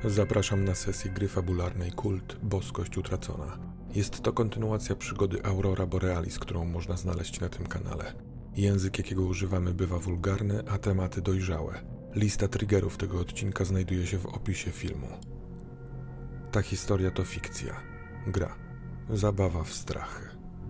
Zapraszam na sesję gry fabularnej Kult Boskość Utracona. Jest to kontynuacja przygody Aurora Borealis, którą można znaleźć na tym kanale. Język, jakiego używamy, bywa wulgarny, a tematy dojrzałe. Lista triggerów tego odcinka znajduje się w opisie filmu. Ta historia to fikcja. Gra. Zabawa w strachy.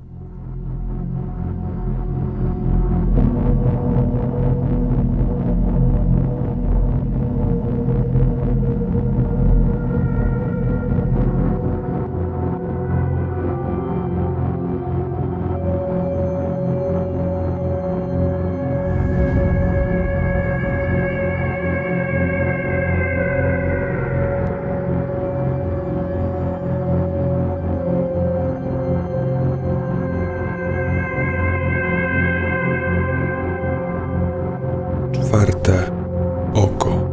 Czwarte oko.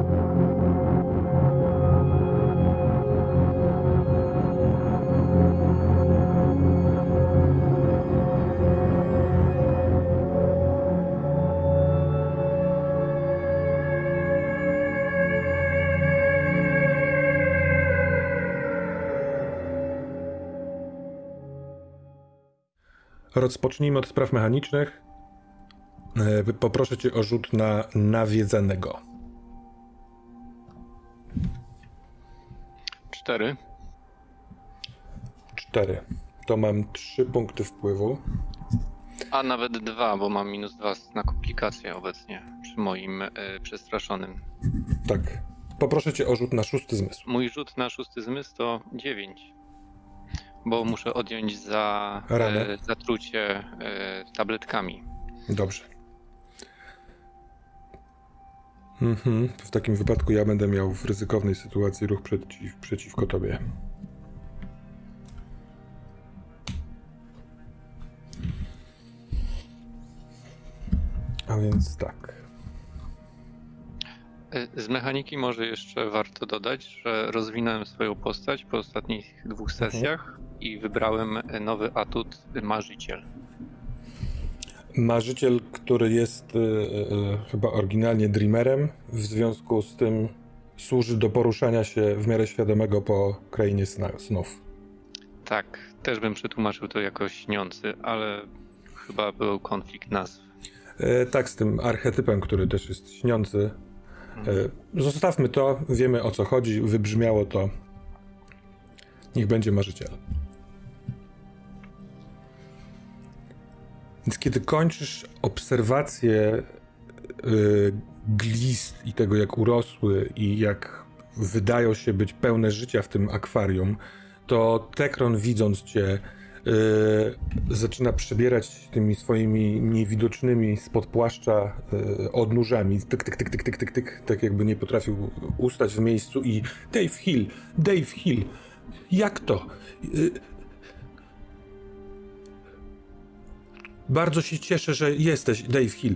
Rozpocznijmy od spraw mechanicznych. Poproszę cię o rzut na nawiedzanego. 4. To mam 3 punkty wpływu. A nawet 2, bo mam -2 na komplikacje obecnie przy moim przestraszonym. Tak. Poproszę cię o rzut na 6 zmysł. Mój rzut na 6 zmysł to 9. Bo muszę odjąć za zatrucie tabletkami. Dobrze. W takim wypadku ja będę miał w ryzykownej sytuacji ruch przeciwko tobie. A więc tak. Z mechaniki może jeszcze warto dodać, że rozwinąłem swoją postać po ostatnich 2 sesjach i wybrałem nowy atut Marzyciel. Marzyciel, który jest chyba oryginalnie Dreamerem, w związku z tym służy do poruszania się w miarę świadomego po krainie snów. Tak, też bym przetłumaczył to jako śniący, ale chyba był konflikt nazw. Tak, z tym archetypem, który też jest śniący. Zostawmy to, wiemy o co chodzi, wybrzmiało to. Niech będzie Marzyciel. Więc kiedy kończysz obserwację glist i tego, jak urosły i jak wydają się być pełne życia w tym akwarium, to Tekron, widząc cię, zaczyna przebierać tymi swoimi niewidocznymi spod płaszcza odnóżami. Tyk, tyk, tyk, tyk, tyk, tyk, tyk, tak jakby nie potrafił ustać w miejscu i Dave Hill, jak to? Bardzo się cieszę, że jesteś, Dave Hill.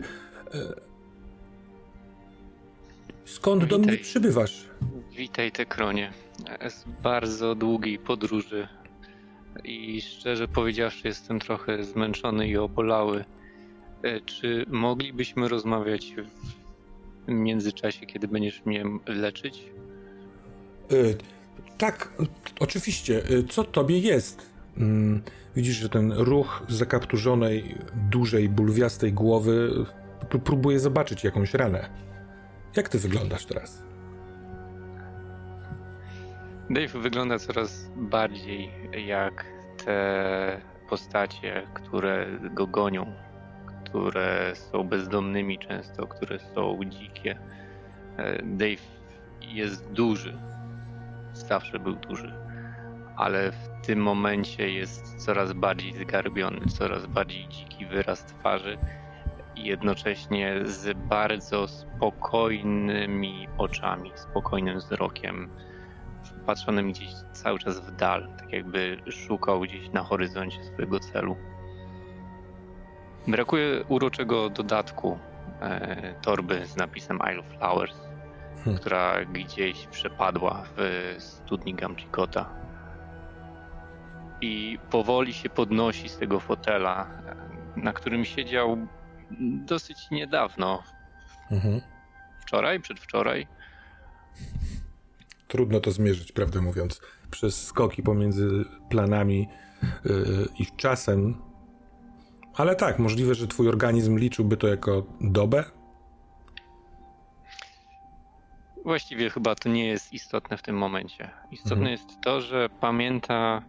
Skąd do mnie przybywasz? Witaj, Tekronie. Z bardzo długiej podróży i szczerze powiedziawszy jestem trochę zmęczony i obolały. Czy moglibyśmy rozmawiać w międzyczasie, kiedy będziesz mnie leczyć? Tak, oczywiście. Co tobie jest? Widzisz, że ten ruch zakapturzonej, dużej, bulwiastej głowy próbuje zobaczyć jakąś ranę. Jak ty wyglądasz teraz? Dave wygląda coraz bardziej jak te postacie, które go gonią, które są bezdomnymi często, które są dzikie. Dave jest duży, zawsze był duży, ale w tym momencie jest coraz bardziej zgarbiony, coraz bardziej dziki wyraz twarzy i jednocześnie z bardzo spokojnymi oczami, spokojnym wzrokiem, patrzonym gdzieś cały czas w dal, tak jakby szukał gdzieś na horyzoncie swojego celu. Brakuje uroczego dodatku, torby z napisem Isle of Flowers, która gdzieś przepadła w studni Gamchikota. I powoli się podnosi z tego fotela, na którym siedział dosyć niedawno. Wczoraj, przedwczoraj. trudno to zmierzyć, prawdę mówiąc. Przez skoki pomiędzy planami i czasem. Ale tak, możliwe, że twój organizm liczyłby to jako dobę? Właściwie chyba to nie jest istotne w tym momencie. Istotne jest to, że pamięta,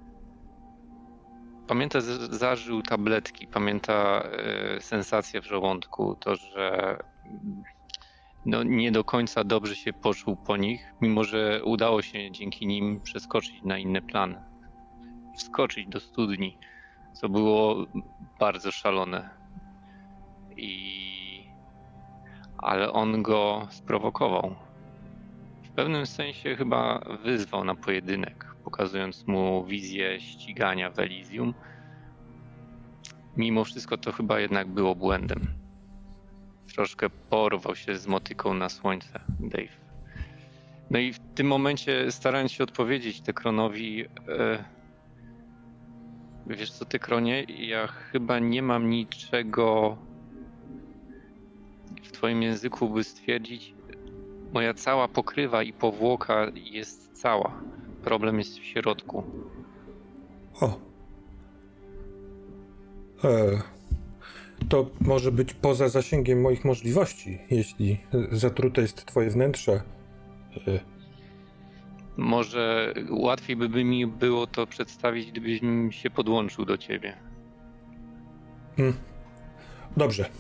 zażył tabletki, pamięta sensację w żołądku, to, że nie do końca dobrze się poczuł po nich, mimo że udało się dzięki nim przeskoczyć na inny plan. Wskoczyć do studni, co było bardzo szalone. Ale on go sprowokował. W pewnym sensie chyba wyzwał na pojedynek, pokazując mu wizję ścigania w Elysium. Mimo wszystko to chyba jednak było błędem. Troszkę porwał się z motyką na słońce, Dave. No i w tym momencie, starając się odpowiedzieć Tekronowi, wiesz co, Tekronie, ja chyba nie mam niczego w twoim języku, by stwierdzić, moja cała pokrywa i powłoka jest cała. Problem jest w środku. To może być poza zasięgiem moich możliwości, jeśli zatrute jest twoje wnętrze. Może łatwiej by mi było to przedstawić, gdybym się podłączył do ciebie. Dobrze.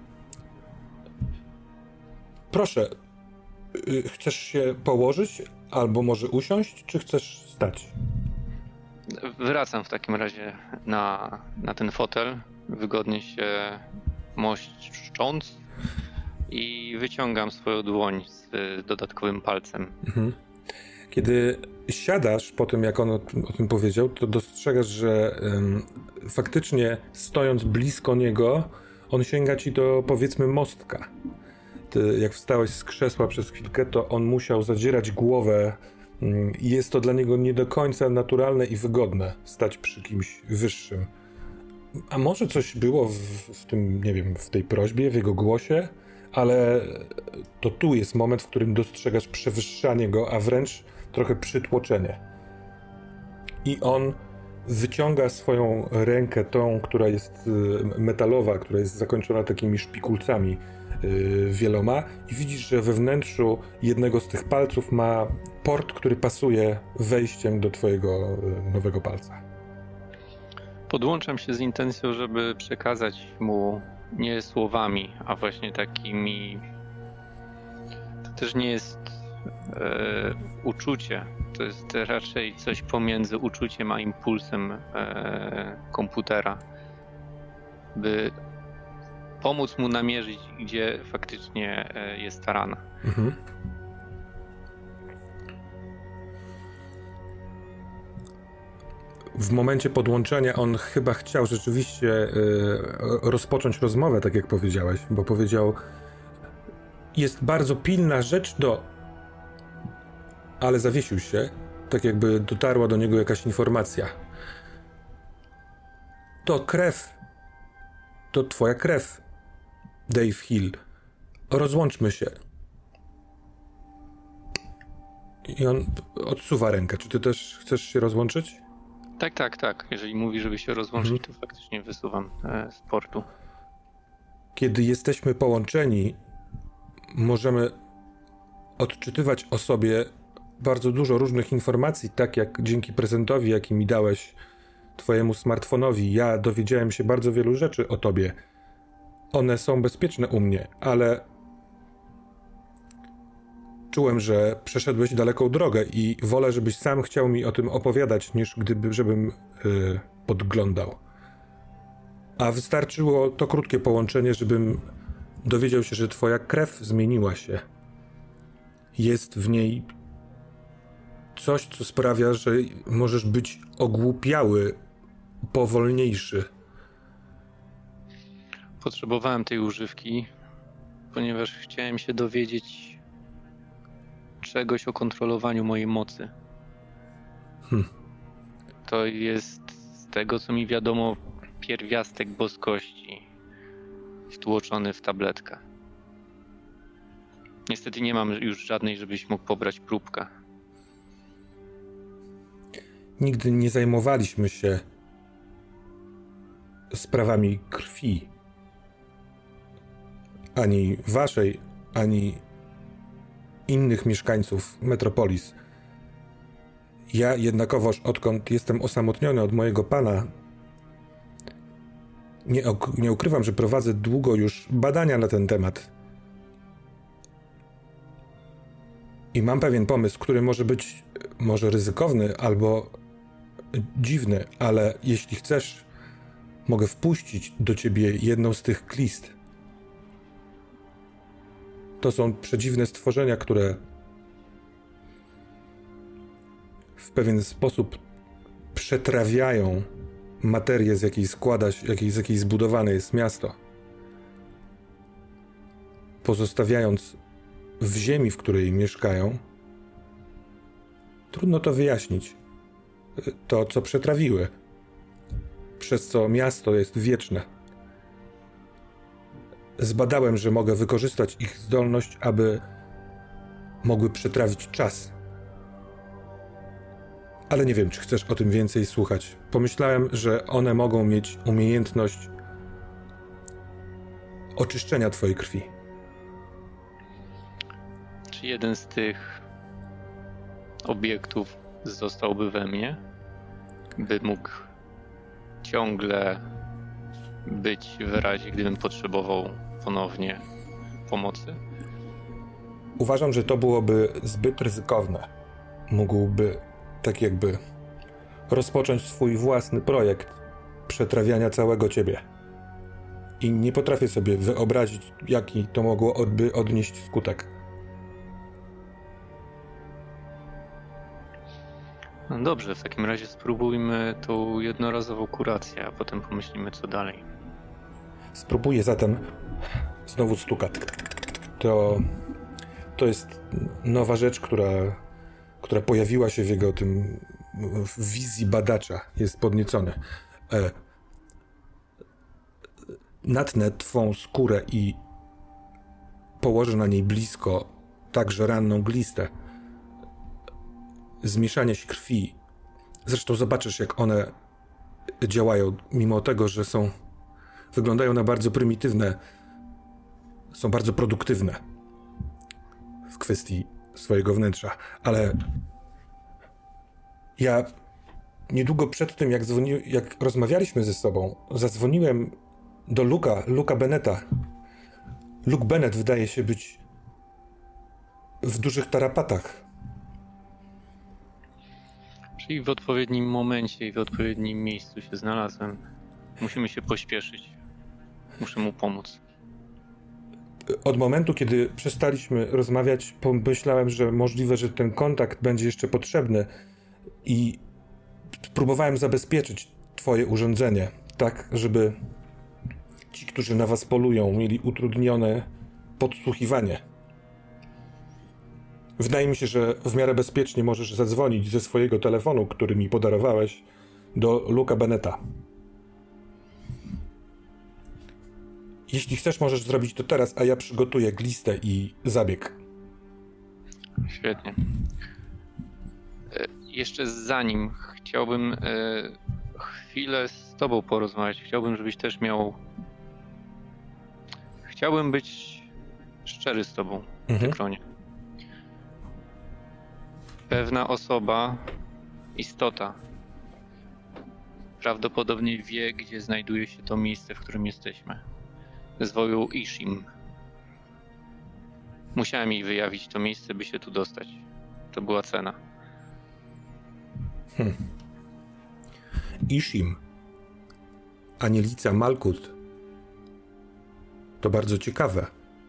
Proszę, chcesz się położyć, albo może usiąść, czy chcesz stać? Wracam w takim razie na ten fotel, wygodnie się moszcząc i wyciągam swoją dłoń z dodatkowym palcem. Kiedy siadasz po tym, jak on o tym powiedział, to dostrzegasz, że faktycznie stojąc blisko niego, on sięga ci do, powiedzmy, mostka. Ty, jak wstałeś z krzesła przez chwilkę, to on musiał zadzierać głowę i jest to dla niego nie do końca naturalne i wygodne stać przy kimś wyższym. A może coś było w tym, nie wiem, w tej prośbie, w jego głosie, ale to tu jest moment, w którym dostrzegasz przewyższanie go, a wręcz trochę przytłoczenie. I on wyciąga swoją rękę, tą, która jest metalowa, która jest zakończona takimi szpikulcami wieloma, i widzisz, że we wnętrzu jednego z tych palców ma port, który pasuje wejściem do twojego nowego palca. Podłączam się z intencją, żeby przekazać mu nie słowami, a właśnie takimi... To też nie jest uczucie, to jest raczej coś pomiędzy uczuciem a impulsem komputera, by pomóc mu namierzyć, gdzie faktycznie jest ta rana. W momencie podłączenia on chyba chciał rzeczywiście rozpocząć rozmowę, tak jak powiedziałeś, bo powiedział: jest bardzo pilna rzecz ale zawiesił się, tak jakby dotarła do niego jakaś informacja. To krew. To twoja krew, Dave Hill. Rozłączmy się. I on odsuwa rękę. Czy ty też chcesz się rozłączyć? Tak. Jeżeli mówi, żeby się rozłączyć, to faktycznie wysuwam z portu. Kiedy jesteśmy połączeni, możemy odczytywać o sobie bardzo dużo różnych informacji, tak jak dzięki prezentowi, jaki mi dałeś twojemu smartfonowi. Ja dowiedziałem się bardzo wielu rzeczy o tobie. One są bezpieczne u mnie, ale czułem, że przeszedłeś daleką drogę i wolę, żebyś sam chciał mi o tym opowiadać, niż żebym podglądał. A wystarczyło to krótkie połączenie, żebym dowiedział się, że twoja krew zmieniła się. Jest w niej coś, co sprawia, że możesz być ogłupiały, powolniejszy. Potrzebowałem tej używki, ponieważ chciałem się dowiedzieć czegoś o kontrolowaniu mojej mocy. To jest, z tego co mi wiadomo, pierwiastek boskości wtłoczony w tabletkę. Niestety nie mam już żadnej, żebyś mógł pobrać próbkę. nigdy nie zajmowaliśmy się sprawami krwi. Ani waszej, ani innych mieszkańców Metropolis. Ja jednakowoż, odkąd jestem osamotniony od mojego pana, nie ukrywam, że prowadzę długo już badania na ten temat. I mam pewien pomysł, który może być ryzykowny albo dziwny, ale jeśli chcesz, mogę wpuścić do ciebie jedną z tych glist. To są przedziwne stworzenia, które w pewien sposób przetrawiają materię, z jakiej zbudowane jest miasto. Pozostawiając w ziemi, w której mieszkają, trudno to wyjaśnić. To, co przetrawiły, przez co miasto jest wieczne. Zbadałem, że mogę wykorzystać ich zdolność, aby mogły przetrawić czas. Ale nie wiem, czy chcesz o tym więcej słuchać. Pomyślałem, że one mogą mieć umiejętność oczyszczenia twojej krwi. Czy jeden z tych obiektów zostałby we mnie? By mógł ciągle być w razie, gdybym potrzebował ponownie pomocy? Uważam, że to byłoby zbyt ryzykowne. Mógłby tak jakby rozpocząć swój własny projekt przetrawiania całego ciebie. I nie potrafię sobie wyobrazić, jaki to mogłoby odnieść skutek. No dobrze, w takim razie spróbujmy tą jednorazową kurację, a potem pomyślimy, co dalej. Spróbuję zatem. Znowu stuka. To jest nowa rzecz, która pojawiła się w jego w wizji badacza. Jest podniecony. Natnę twą skórę i położę na niej blisko także ranną glistę. Zmieszanie się krwi. Zresztą zobaczysz, jak one działają, mimo tego, że wyglądają na bardzo prymitywne, są bardzo produktywne w kwestii swojego wnętrza. Ale ja niedługo przed tym, jak rozmawialiśmy ze sobą, zadzwoniłem do Luca Bennetta. Luke Bennett wydaje się być w dużych tarapatach. Czyli w odpowiednim momencie i w odpowiednim miejscu się znalazłem. Musimy się pośpieszyć. Muszę mu pomóc. Od momentu, kiedy przestaliśmy rozmawiać, pomyślałem, że możliwe, że ten kontakt będzie jeszcze potrzebny i próbowałem zabezpieczyć twoje urządzenie, tak, żeby ci, którzy na was polują, mieli utrudnione podsłuchiwanie. Wydaje mi się, że w miarę bezpiecznie możesz zadzwonić ze swojego telefonu, który mi podarowałeś, do Luca Bennetta. Jeśli chcesz, możesz zrobić to teraz, a ja przygotuję glistę i zabieg. Świetnie. Jeszcze zanim chciałbym chwilę z tobą porozmawiać. Chciałbym, żebyś też miał... Chciałbym być szczery z tobą, Tekronie. Pewna osoba, istota, prawdopodobnie wie, gdzie znajduje się to miejsce, w którym jesteśmy. Zwołał Ishim. Musiałem jej wyjawić to miejsce, by się tu dostać. To była cena. Ishim, Anielica Malkut. To bardzo ciekawe.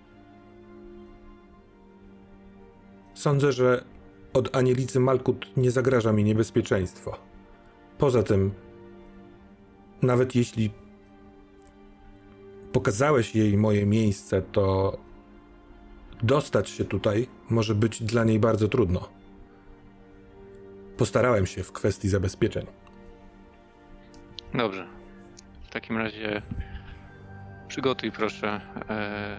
Sądzę, że od Anielicy Malkut nie zagraża mi niebezpieczeństwo. Poza tym, nawet jeśli pokazałeś jej moje miejsce, to dostać się tutaj może być dla niej bardzo trudno. Postarałem się w kwestii zabezpieczeń. Dobrze. W takim razie przygotuj proszę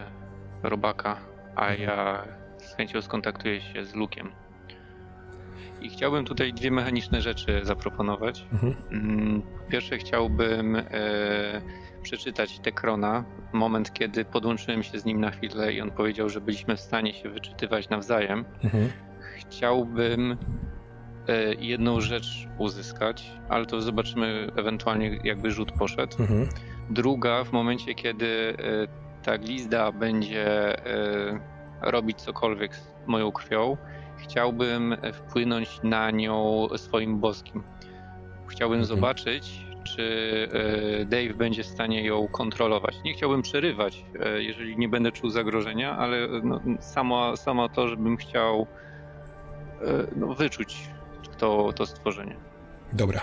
robaka, a ja z chęcią skontaktuję się z Lukiem. I chciałbym tutaj 2 mechaniczne rzeczy zaproponować. Po pierwsze chciałbym przeczytać Tekrona, moment kiedy podłączyłem się z nim na chwilę i on powiedział, że byliśmy w stanie się wyczytywać nawzajem. Chciałbym jedną rzecz uzyskać, ale to zobaczymy ewentualnie jakby rzut poszedł. Druga, w momencie kiedy ta glizda będzie robić cokolwiek z moją krwią, chciałbym wpłynąć na nią swoim boskim. Chciałbym zobaczyć, czy Dave będzie w stanie ją kontrolować. Nie chciałbym przerywać, jeżeli nie będę czuł zagrożenia, ale no, samo to, żebym chciał wyczuć to stworzenie. Dobra.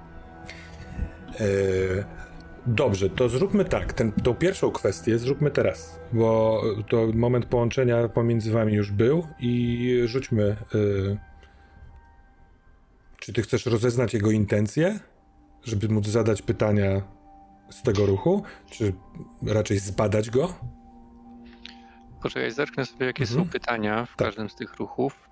Dobrze, to zróbmy tak. Tą pierwszą kwestię zróbmy teraz, bo to moment połączenia pomiędzy wami już był i rzućmy. Czy ty chcesz rozeznać jego intencje, żeby móc zadać pytania z tego ruchu, czy raczej zbadać go? Poczekaj, zerknę sobie, jakie są pytania w każdym z tych ruchów.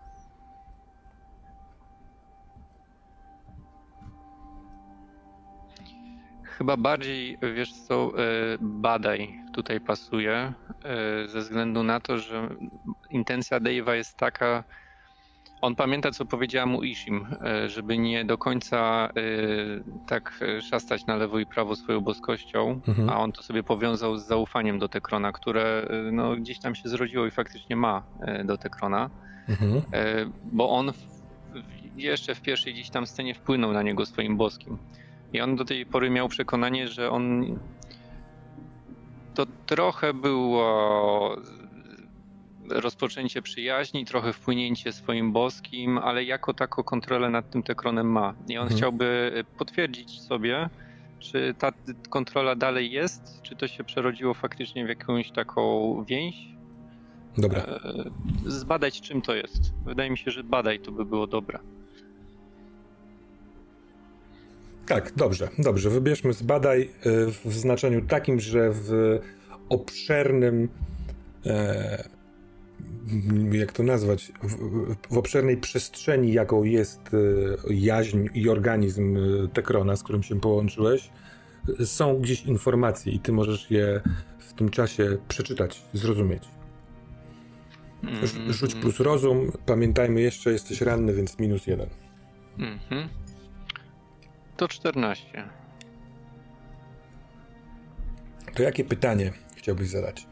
Chyba bardziej, wiesz co, badaj tutaj pasuje, ze względu na to, że intencja Dave'a jest taka, on pamięta, co powiedziała mu Ishim, żeby nie do końca tak szastać na lewo i prawo swoją boskością, a on to sobie powiązał z zaufaniem do Tekrona, które no, gdzieś tam się zrodziło i faktycznie ma do Tekrona, bo on jeszcze w pierwszej gdzieś tam scenie wpłynął na niego swoim boskim. I on do tej pory miał przekonanie, że on... To trochę było rozpoczęcie przyjaźni, trochę wpłynięcie swoim boskim, ale jako taką kontrolę nad tym Tekronem ma. I on chciałby potwierdzić sobie, czy ta kontrola dalej jest, czy to się przerodziło faktycznie w jakąś taką więź. Dobra. Zbadać, czym to jest. Wydaje mi się, że badaj to by było dobre. Tak, dobrze. Wybierzmy zbadaj w znaczeniu takim, że w obszernym, jak to nazwać, w obszernej przestrzeni, jaką jest jaźń i organizm Tekrona, z którym się połączyłeś, są gdzieś informacje i ty możesz je w tym czasie przeczytać, zrozumieć. Rzuć plus rozum, pamiętajmy jeszcze, jesteś ranny, więc -1. To 14. To jakie pytanie chciałbyś zadać?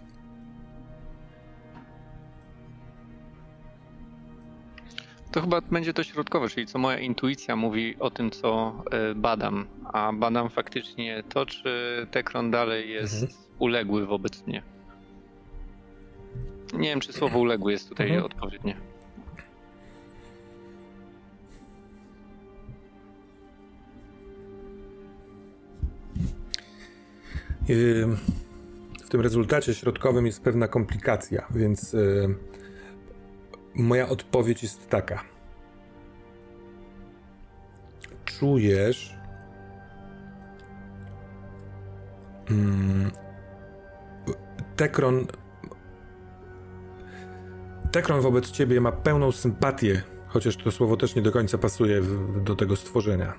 To chyba będzie to środkowe, czyli co moja intuicja mówi o tym, co badam. A badam faktycznie to, czy Tekron dalej jest uległy wobec mnie. Nie wiem, czy słowo uległy jest tutaj odpowiednie. W tym rezultacie środkowym jest pewna komplikacja, więc moja odpowiedź jest taka. Czujesz Tekron wobec ciebie ma pełną sympatię, chociaż to słowo też nie do końca pasuje do tego stworzenia.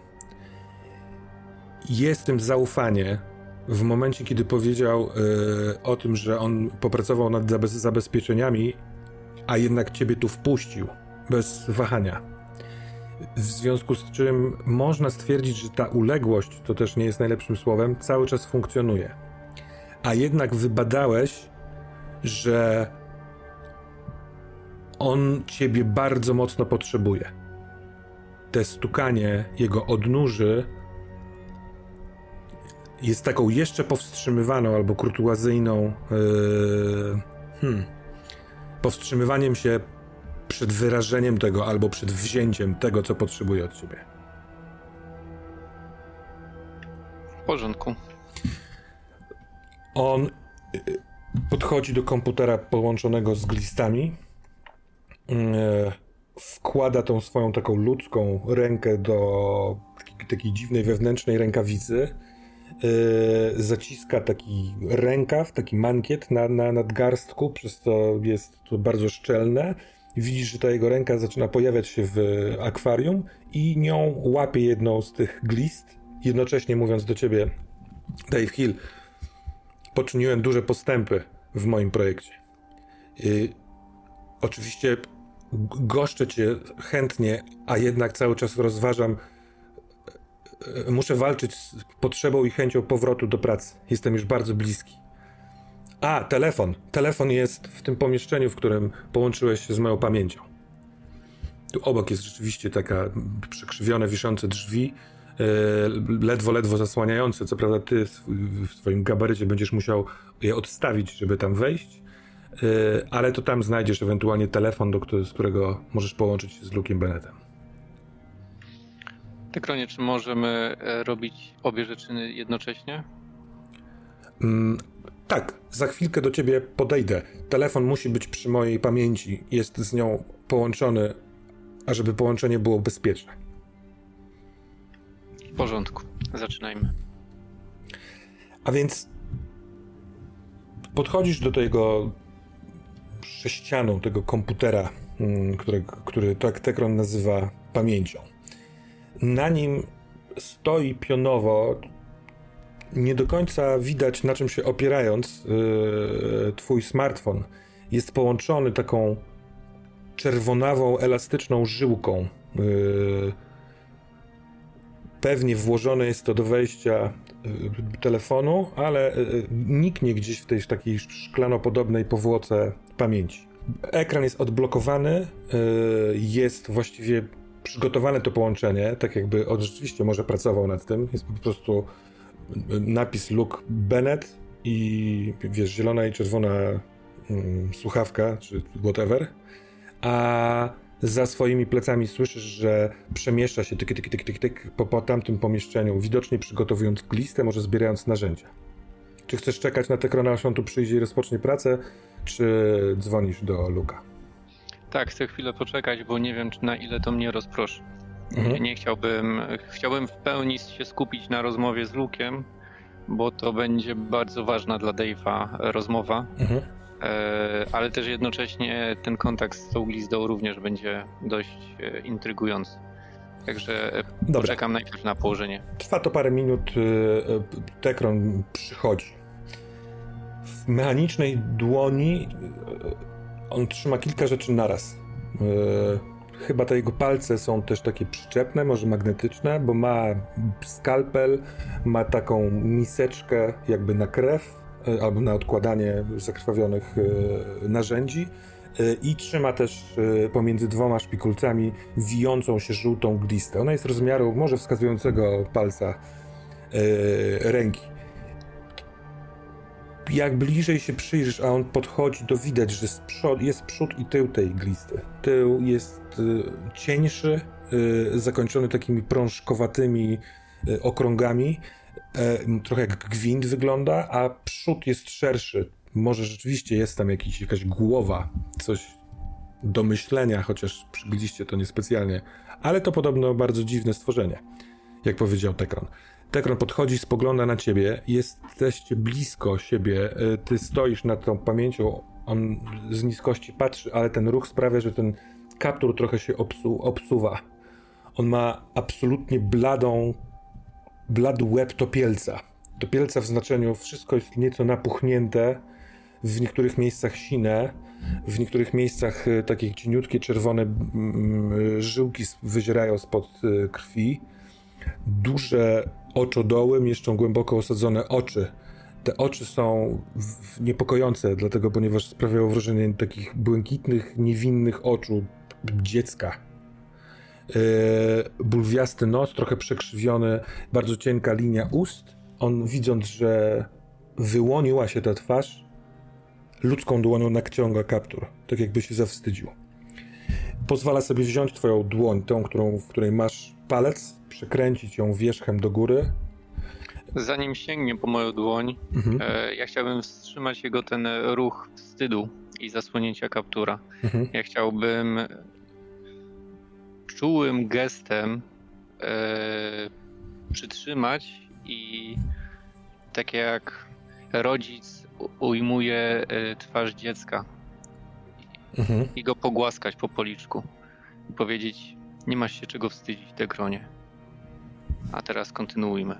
Jest tym zaufanie w momencie, kiedy powiedział o tym, że on popracował nad zabezpieczeniami, a jednak ciebie tu wpuścił, bez wahania. W związku z czym można stwierdzić, że ta uległość, to też nie jest najlepszym słowem, cały czas funkcjonuje. A jednak wybadałeś, że on ciebie bardzo mocno potrzebuje. Te stukanie jego odnóży jest taką jeszcze powstrzymywaną albo kurtuazyjną powstrzymywaniem się przed wyrażeniem tego albo przed wzięciem tego, co potrzebuje od ciebie. W porządku. On podchodzi do komputera połączonego z glistami, wkłada tą swoją taką ludzką rękę do takiej dziwnej wewnętrznej rękawicy, zaciska taki rękaw, taki mankiet na nadgarstku, przez co jest to bardzo szczelne Widzisz, że ta jego ręka zaczyna pojawiać się w akwarium i nią łapie jedną z tych glist, jednocześnie mówiąc do ciebie: Dave Hill, poczyniłem duże postępy w moim projekcie. Oczywiście goszczę cię chętnie, a jednak cały czas rozważam. Muszę walczyć z potrzebą i chęcią powrotu do pracy. Jestem już bardzo bliski. A, telefon. Telefon jest w tym pomieszczeniu, w którym połączyłeś się z moją pamięcią. Tu obok jest rzeczywiście taka przekrzywione, wiszące drzwi, ledwo zasłaniające. Co prawda ty w swoim gabarycie będziesz musiał je odstawić, żeby tam wejść, ale to tam znajdziesz ewentualnie telefon, z którego możesz połączyć się z Luke'em Bennettem. Tekronie, czy możemy robić obie rzeczy jednocześnie? Tak, za chwilkę do ciebie podejdę. Telefon musi być przy mojej pamięci. Jest z nią połączony, ażeby połączenie było bezpieczne. W porządku, zaczynajmy. A więc podchodzisz do tego sześcianu, tego komputera, który Tekron nazywa pamięcią. Na nim stoi pionowo, nie do końca widać, na czym się opierając, twój smartfon. Jest połączony taką czerwonawą, elastyczną żyłką. Pewnie włożone jest to do wejścia telefonu, ale niknie gdzieś w tej takiej szklanopodobnej powłoce pamięci. Ekran jest odblokowany, jest właściwie przygotowane to połączenie, tak jakby on rzeczywiście może pracował nad tym. Jest po prostu napis Luke Bennett i wiesz, zielona i czerwona słuchawka, czy whatever, a za swoimi plecami słyszysz, że przemieszcza się tyk po tamtym pomieszczeniu, widocznie przygotowując listę, może zbierając narzędzia. Czy chcesz czekać na Tekrona, aż on tu przyjdzie i rozpocznie pracę, czy dzwonisz do Luka? Tak, chcę chwilę poczekać, bo nie wiem, na ile to mnie rozproszy. Nie chciałbym w pełni się skupić na rozmowie z Luke'em, bo to będzie bardzo ważna dla Dave'a rozmowa, ale też jednocześnie ten kontakt z tą glizdą również będzie dość intrygujący. Także poczekam najpierw na położenie. Trwa to parę minut, Tekron przychodzi. W mechanicznej dłoni on trzyma kilka rzeczy naraz. Chyba te jego palce są też takie przyczepne, może magnetyczne, bo ma skalpel, ma taką miseczkę jakby na krew albo na odkładanie zakrwawionych narzędzi i trzyma też pomiędzy dwoma szpikulcami wijącą się żółtą glistę. Ona jest rozmiaru może wskazującego palca ręki. Jak bliżej się przyjrzysz, a on podchodzi, to widać, że jest przód i tył tej glisty. Tył jest cieńszy, zakończony takimi prążkowatymi okrągami, trochę jak gwint wygląda, a przód jest szerszy. Może rzeczywiście jest tam jakaś głowa, coś do myślenia, chociaż przy gliście to niespecjalnie, ale to podobno bardzo dziwne stworzenie, jak powiedział Tekron. Tekron podchodzi, spogląda na ciebie, jesteście blisko siebie, ty stoisz nad tą pamięcią, on z niskości patrzy, ale ten ruch sprawia, że ten kaptur trochę się obsuwa. On ma absolutnie blady łeb topielca. Topielca w znaczeniu wszystko jest nieco napuchnięte, w niektórych miejscach sine, w niektórych miejscach takie cieniutkie, czerwone żyłki wyzierają spod krwi. Duże oczodoły mieszczą głęboko osadzone oczy. Te oczy są niepokojące, dlatego ponieważ sprawiają wrażenie takich błękitnych, niewinnych oczu dziecka. Bulwiasty nos, trochę przekrzywiony, bardzo cienka linia ust. On, widząc, że wyłoniła się ta twarz, ludzką dłonią naciąga kaptur, tak jakby się zawstydził. Pozwala sobie wziąć twoją dłoń, tą, w której masz palec, przekręcić ją wierzchem do góry. Zanim sięgnie po moją dłoń, ja chciałbym wstrzymać jego ten ruch wstydu i zasłonięcia kaptura. Ja chciałbym czułym gestem przytrzymać i tak jak rodzic ujmuje twarz dziecka i go pogłaskać po policzku i powiedzieć: nie masz się czego wstydzić, Tekronie. A teraz kontynuujmy.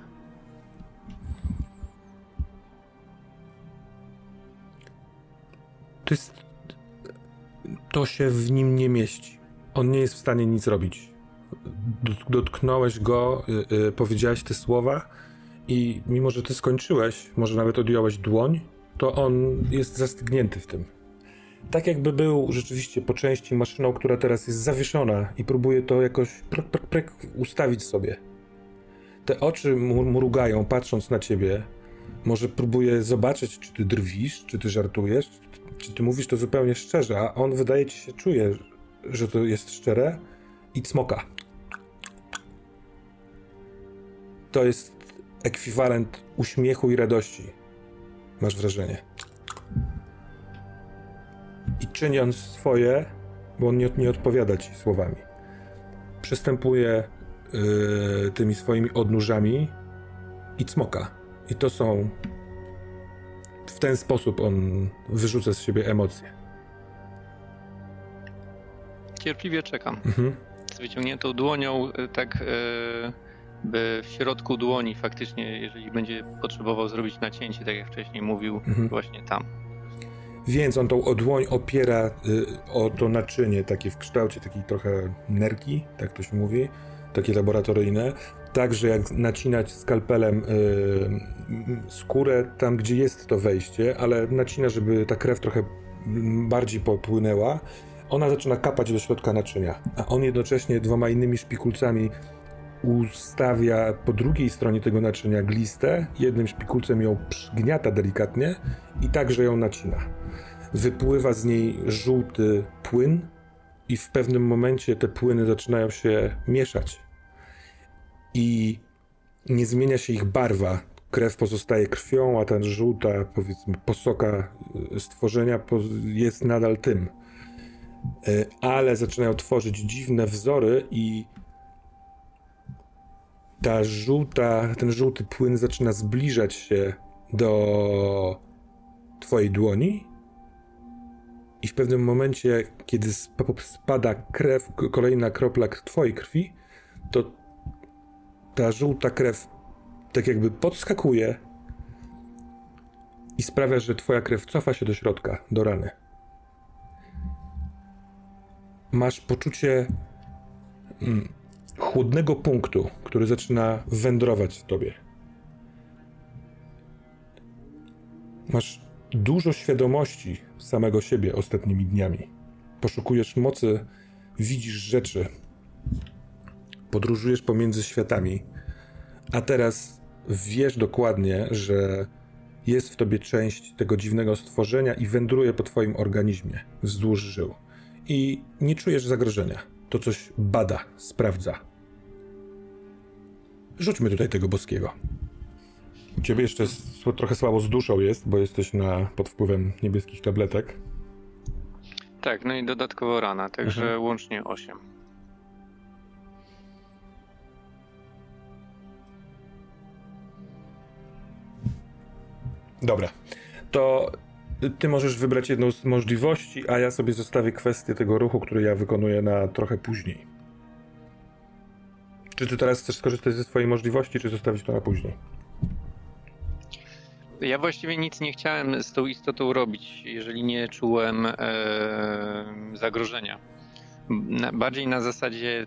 To się w nim nie mieści. On nie jest w stanie nic robić. Dotknąłeś go, powiedziałeś te słowa i mimo, że ty skończyłeś, może nawet odjąłeś dłoń, to on jest zastygnięty w tym. Tak jakby był rzeczywiście po części maszyną, która teraz jest zawieszona i próbuje to jakoś ustawić sobie. Te oczy mrugają, patrząc na ciebie. Może próbuje zobaczyć, czy ty drwisz, czy ty żartujesz, czy ty mówisz to zupełnie szczerze, a on wydaje ci się, czuje, że to jest szczere i cmoka. To jest ekwiwalent uśmiechu i radości. Masz wrażenie. I czyniąc swoje, bo on nie odpowiada ci słowami, przystępuje tymi swoimi odnóżami i cmoka. I to są... W ten sposób on wyrzuca z siebie emocje. Cierpliwie czekam. Z wyciągniętą dłonią, tak by w środku dłoni faktycznie, jeżeli będzie potrzebował zrobić nacięcie, tak jak wcześniej mówił, właśnie tam. Więc on tą dłoń opiera o to naczynie, takie w kształcie takiej trochę nerki, tak to się mówi, takie laboratoryjne, tak, że jak nacinać skalpelem skórę tam, gdzie jest to wejście, ale nacina, żeby ta krew trochę bardziej popłynęła, ona zaczyna kapać do środka naczynia, a on jednocześnie 2 innymi szpikulcami ustawia po drugiej stronie tego naczynia glistę, jednym szpikulcem ją przygniata delikatnie i także ją nacina. Wypływa z niej żółty płyn i w pewnym momencie te płyny zaczynają się mieszać. I nie zmienia się ich barwa. Krew pozostaje krwią, a ta żółta, powiedzmy, posoka stworzenia jest nadal tym. Ale zaczynają tworzyć dziwne wzory i ten żółty płyn zaczyna zbliżać się do twojej dłoni i w pewnym momencie, kiedy spada krew, kolejna kropla twojej krwi, to ta żółta krew tak jakby podskakuje i sprawia, że twoja krew cofa się do środka, do rany. Masz poczucie chłodnego punktu, który zaczyna wędrować w tobie. Masz dużo świadomości samego siebie ostatnimi dniami. Poszukujesz mocy, widzisz rzeczy, podróżujesz pomiędzy światami, a teraz wiesz dokładnie, że jest w tobie część tego dziwnego stworzenia i wędruje po twoim organizmie wzdłuż żył. I nie czujesz zagrożenia. To coś bada, sprawdza. Rzućmy tutaj tego boskiego. U ciebie jeszcze trochę słabo z duszą jest, bo jesteś pod wpływem niebieskich tabletek. Tak, no i dodatkowo rana, także łącznie 8. Dobra, to ty możesz wybrać jedną z możliwości, a ja sobie zostawię kwestię tego ruchu, który ja wykonuję na trochę później. Czy ty teraz chcesz skorzystać ze swojej możliwości, czy zostawić to na później? Ja właściwie nic nie chciałem z tą istotą robić, jeżeli nie czułem zagrożenia. Bardziej na zasadzie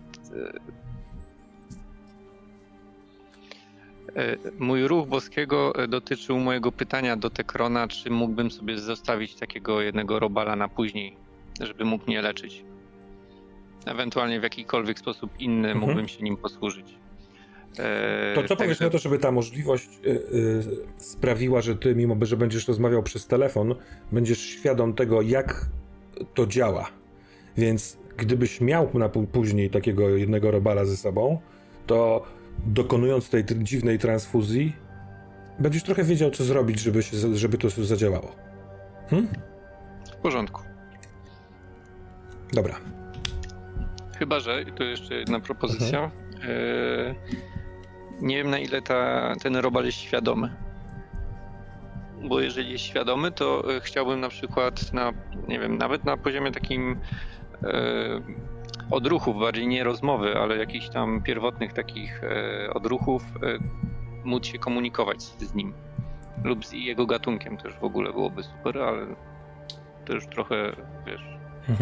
mój ruch boskiego dotyczył mojego pytania do Tekrona, czy mógłbym sobie zostawić takiego jednego robala na później, żeby mógł mnie leczyć. Ewentualnie w jakikolwiek sposób inny mógłbym się nim posłużyć. To co powiesz na to, żeby ta możliwość sprawiła, że ty, mimo że będziesz rozmawiał przez telefon, będziesz świadom tego, jak to działa. Więc gdybyś miał na później takiego jednego robala ze sobą, to dokonując tej dziwnej transfuzji, będziesz trochę wiedział, co zrobić, żeby to zadziałało. W porządku. Dobra. Chyba że, to jeszcze jedna propozycja, nie wiem, na ile ten robal jest świadomy. bo jeżeli jest świadomy, to chciałbym na przykład nie wiem, nawet na poziomie takim odruchów, bardziej nie rozmowy, ale jakichś tam pierwotnych takich odruchów, móc się komunikować z nim. Lub z jego gatunkiem też w ogóle byłoby super, ale to już trochę, wiesz...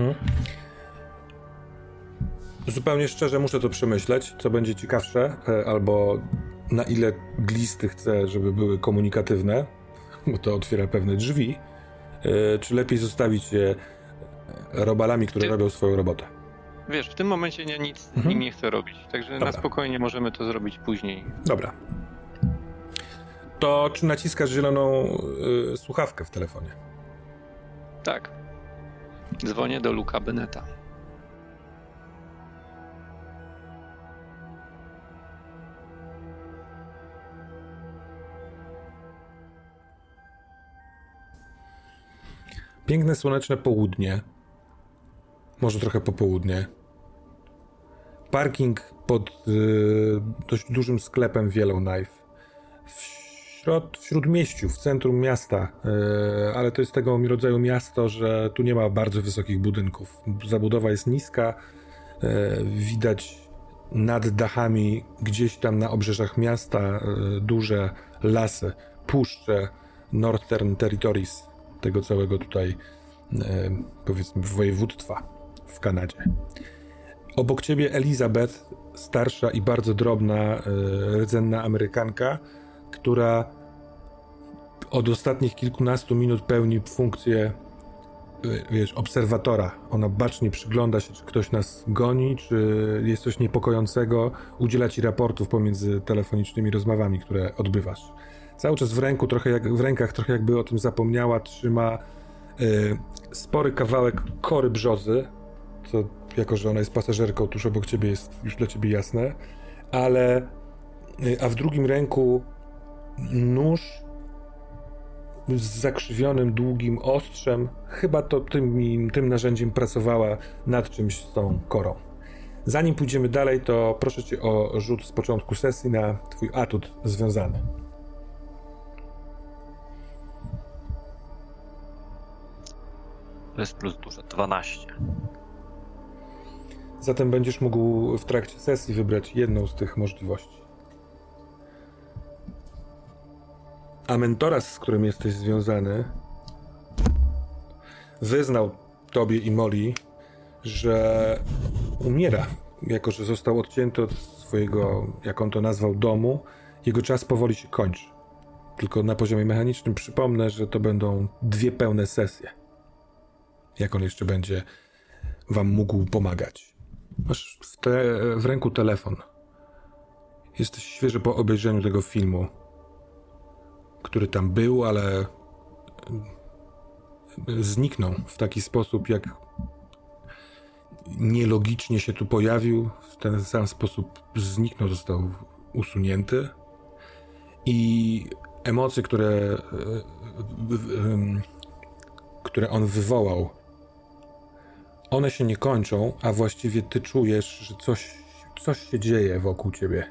Zupełnie szczerze muszę to przemyśleć, co będzie ciekawsze, albo na ile glisty chcę, żeby były komunikatywne, bo to otwiera pewne drzwi, czy lepiej zostawić je robalami, które robią swoją robotę. Wiesz, w tym momencie nic z nim nie chcę robić, także Dobra. Na spokojnie możemy to zrobić później. Dobra. To czy naciskasz zieloną słuchawkę w telefonie? Tak. Dzwonię do Luka Bennetta. Piękne, słoneczne południe. Może trochę popołudnie. Parking pod dość dużym sklepem w Yellowknife. W śródmieściu, w centrum miasta. Ale to jest tego rodzaju miasto, że tu nie ma bardzo wysokich budynków. Zabudowa jest niska. Widać nad dachami, gdzieś tam na obrzeżach miasta, duże lasy, puszcze, Northern Territories, tego całego tutaj, powiedzmy, województwa w Kanadzie. Obok ciebie Elizabeth, starsza i bardzo drobna, rdzenna Amerykanka, która od ostatnich kilkunastu minut pełni funkcję, wiesz, obserwatora. Ona bacznie przygląda się, czy ktoś nas goni, czy jest coś niepokojącego, udziela ci raportów pomiędzy telefonicznymi rozmowami, które odbywasz. Cały czas w rękach, trochę jakby o tym zapomniała, trzyma spory kawałek kory brzozy, co jako, że ona jest pasażerką tuż obok ciebie, jest już dla ciebie jasne, a w drugim ręku nóż z zakrzywionym, długim ostrzem. Chyba to tym narzędziem pracowała nad czymś z tą korą. Zanim pójdziemy dalej, to proszę cię o rzut z początku sesji na twój atut związany. To jest plus duże, 12. Zatem będziesz mógł w trakcie sesji wybrać jedną z tych możliwości. A mentoras, z którym jesteś związany, wyznał tobie i Molly, że umiera, jako że został odcięty od swojego, jak on to nazwał, domu. Jego czas powoli się kończy. Tylko na poziomie mechanicznym przypomnę, że to będą 2 pełne sesje. Jak on jeszcze będzie wam mógł pomagać. Masz w ręku telefon. Jesteś świeży po obejrzeniu tego filmu, który tam był, ale zniknął w taki sposób, jak nielogicznie się tu pojawił. W ten sam sposób zniknął, został usunięty. I emocje, które on wywołał, one się nie kończą, a właściwie ty czujesz, że coś się dzieje wokół ciebie.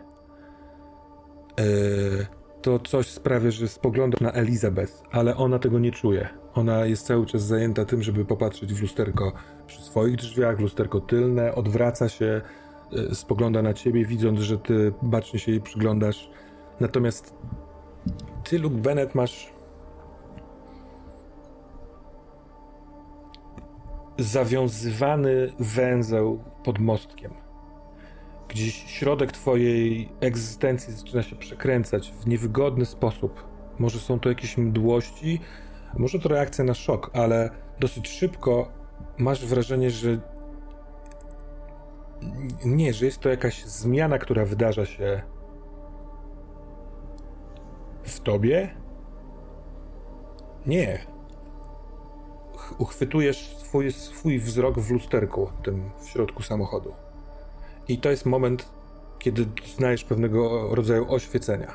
To coś sprawia, że spoglądasz na Elizabeth, ale ona tego nie czuje. Ona jest cały czas zajęta tym, żeby popatrzeć w lusterko przy swoich drzwiach, lusterko tylne, odwraca się, spogląda na ciebie, widząc, że ty bacznie się jej przyglądasz. Natomiast ty, Luke Bennett, masz zawiązywany węzeł pod mostkiem. Gdzieś środek twojej egzystencji zaczyna się przekręcać w niewygodny sposób. Może są to jakieś mdłości, może to reakcja na szok, ale dosyć szybko masz wrażenie, że jest to jakaś zmiana, która wydarza się w tobie? Nie. Uchwytujesz swój wzrok w lusterku, tym w środku samochodu. I to jest moment, kiedy doznajesz pewnego rodzaju oświecenia.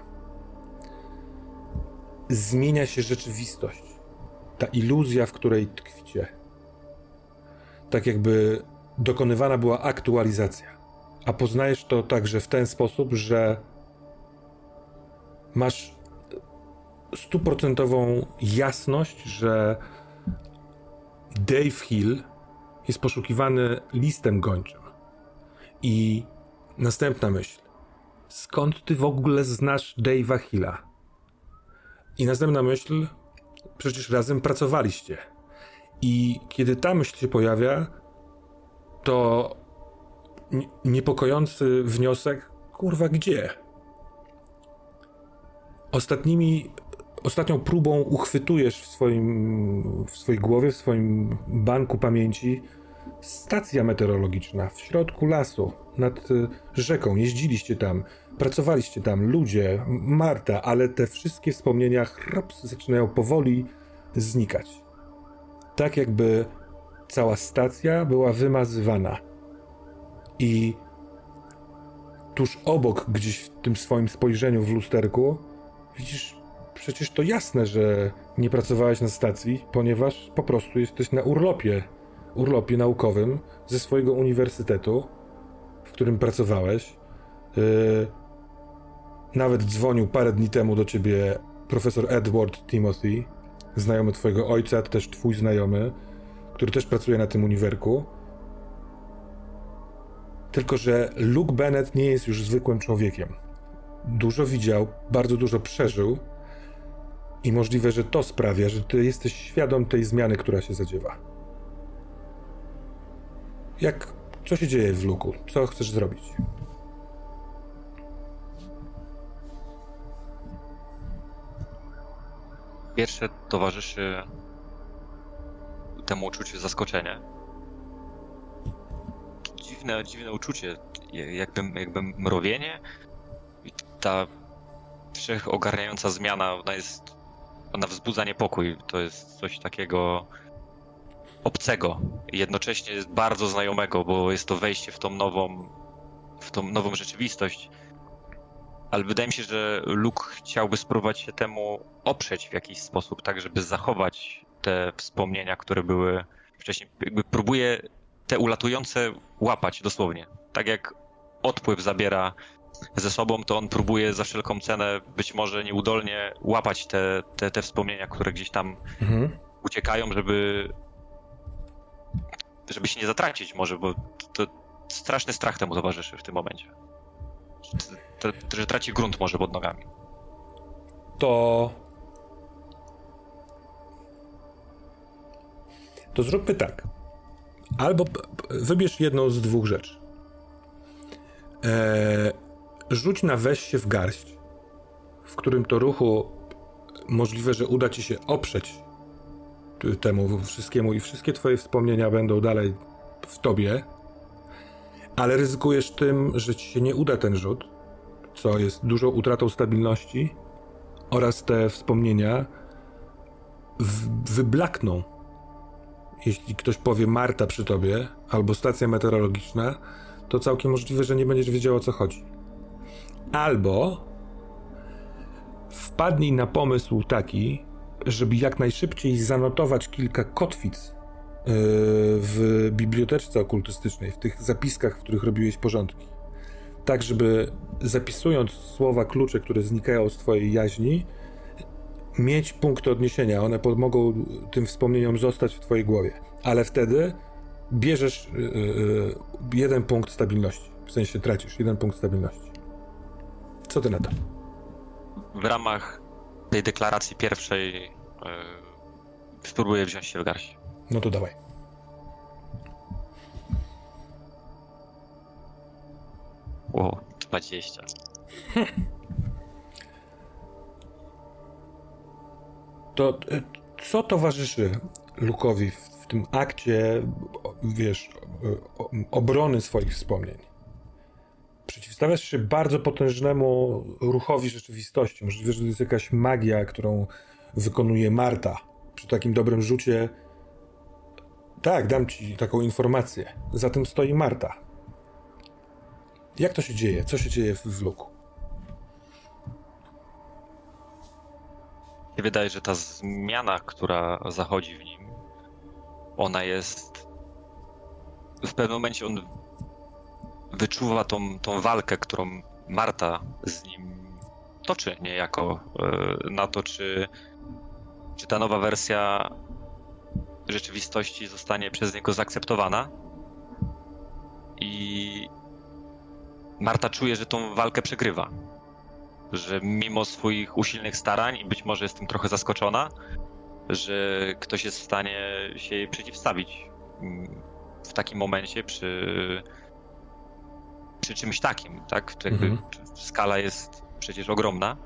Zmienia się rzeczywistość. Ta iluzja, w której tkwicie. Tak jakby dokonywana była aktualizacja. A poznajesz to także w ten sposób, że masz 100% jasność, że Dave Hill jest poszukiwany listem gończym. I następna myśl. Skąd ty w ogóle znasz Dave'a Hilla? I następna myśl. Przecież razem pracowaliście. I kiedy ta myśl się pojawia, to niepokojący wniosek, kurwa, gdzie? Ostatnią próbą uchwytujesz w swojej głowie, w swoim banku pamięci stacja meteorologiczna w środku lasu, nad rzeką. Jeździliście tam, pracowaliście tam, ludzie, Marta, ale te wszystkie wspomnienia zaczynają powoli znikać. Tak jakby cała stacja była wymazywana. I tuż obok, gdzieś w tym swoim spojrzeniu w lusterku, widzisz, przecież to jasne, że nie pracowałeś na stacji, ponieważ po prostu jesteś na urlopie naukowym ze swojego uniwersytetu, w którym pracowałeś. Nawet dzwonił parę dni temu do ciebie profesor Edward Timothy, znajomy twojego ojca, też twój znajomy, który też pracuje na tym uniwerku. Tylko że Luke Bennett nie jest już zwykłym człowiekiem. Dużo widział, bardzo dużo przeżył i możliwe, że to sprawia, że ty jesteś świadom tej zmiany, która się zadziewa. Co się dzieje w Luke'u? Co chcesz zrobić? Pierwsze towarzyszy temu uczuciu zaskoczenie. Dziwne uczucie, jakby mrowienie i ta wszechogarniająca zmiana, ona wzbudza niepokój. To jest coś takiego obcego i jednocześnie jest bardzo znajomego, bo jest to wejście w tą nową rzeczywistość. Ale wydaje mi się, że Luke chciałby spróbować się temu oprzeć w jakiś sposób, tak żeby zachować te wspomnienia, które były wcześniej. Jakby próbuje te ulatujące łapać dosłownie. Tak jak odpływ zabiera ze sobą, to on próbuje za wszelką cenę, być może nieudolnie, łapać te wspomnienia, które gdzieś tam uciekają, żeby się nie zatracić może, bo to straszny strach temu towarzyszy w tym momencie. Że traci grunt może pod nogami. To zróbmy tak. Albo wybierz jedną z dwóch rzeczy. Rzuć na weź się w garść, w którym to ruchu możliwe, że uda ci się oprzeć temu wszystkiemu i wszystkie twoje wspomnienia będą dalej w tobie, ale ryzykujesz tym, że ci się nie uda ten rzut, co jest dużą utratą stabilności oraz te wspomnienia wyblakną. Jeśli ktoś powie Marta przy tobie albo stacja meteorologiczna, to całkiem możliwe, że nie będziesz wiedział, o co chodzi. Albo wpadnij na pomysł taki, żeby jak najszybciej zanotować kilka kotwic w biblioteczce okultystycznej, w tych zapiskach, w których robiłeś porządki. Tak, żeby zapisując słowa klucze, które znikają z twojej jaźni, mieć punkty odniesienia. One pomogą tym wspomnieniom zostać w twojej głowie. Ale wtedy bierzesz jeden punkt stabilności. W sensie tracisz jeden punkt stabilności. Co ty na to? W ramach tej deklaracji pierwszej spróbuję wziąć się w garść. No to dawaj. Wow, 20. To co towarzyszy Luke'owi w tym akcie, wiesz, obrony swoich wspomnień? Przeciwstawiasz się bardzo potężnemu ruchowi rzeczywistości. Możliwe, że to jest jakaś magia, którą wykonuje Marta. Przy takim dobrym rzucie... Tak, dam ci taką informację. Za tym stoi Marta. Jak to się dzieje? Co się dzieje w Luke'u? Mi się wydaje, że ta zmiana, która zachodzi w nim, ona jest... W pewnym momencie on wyczuwa tą walkę, którą Marta z nim toczy niejako na to, czy ta nowa wersja rzeczywistości zostanie przez niego zaakceptowana. I Marta czuje, że tą walkę przegrywa. Że mimo swoich usilnych starań, i być może jest tym trochę zaskoczona, że ktoś jest w stanie się jej przeciwstawić w takim momencie przy czymś takim, tak? To jakby skala jest przecież ogromna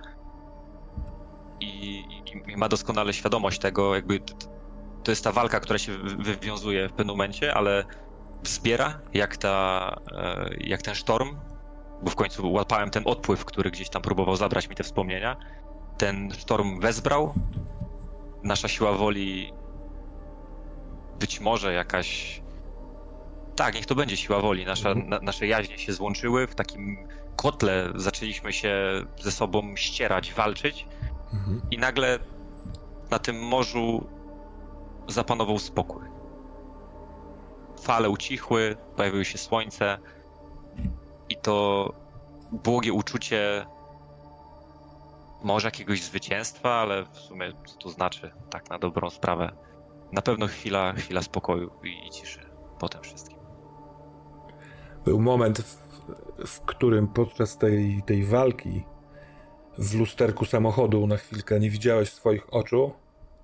i ma doskonale świadomość tego, jakby to jest ta walka, która się wywiązuje w pewnym momencie, ale wzbiera jak ten sztorm, bo w końcu łapałem ten odpływ, który gdzieś tam próbował zabrać mi te wspomnienia. Ten sztorm wezbrał, nasza siła woli, być może jakaś... Tak, niech to będzie siła woli. Nasze jaźnie się złączyły w takim kotle, zaczęliśmy się ze sobą ścierać, walczyć i nagle na tym morzu zapanował spokój. Fale ucichły, pojawiło się słońce i to błogie uczucie może jakiegoś zwycięstwa, ale w sumie co to znaczy, tak na dobrą sprawę. Na pewno chwila spokoju i ciszy po tym wszystkim. Był moment, w którym podczas tej walki w lusterku samochodu na chwilkę nie widziałeś swoich oczu,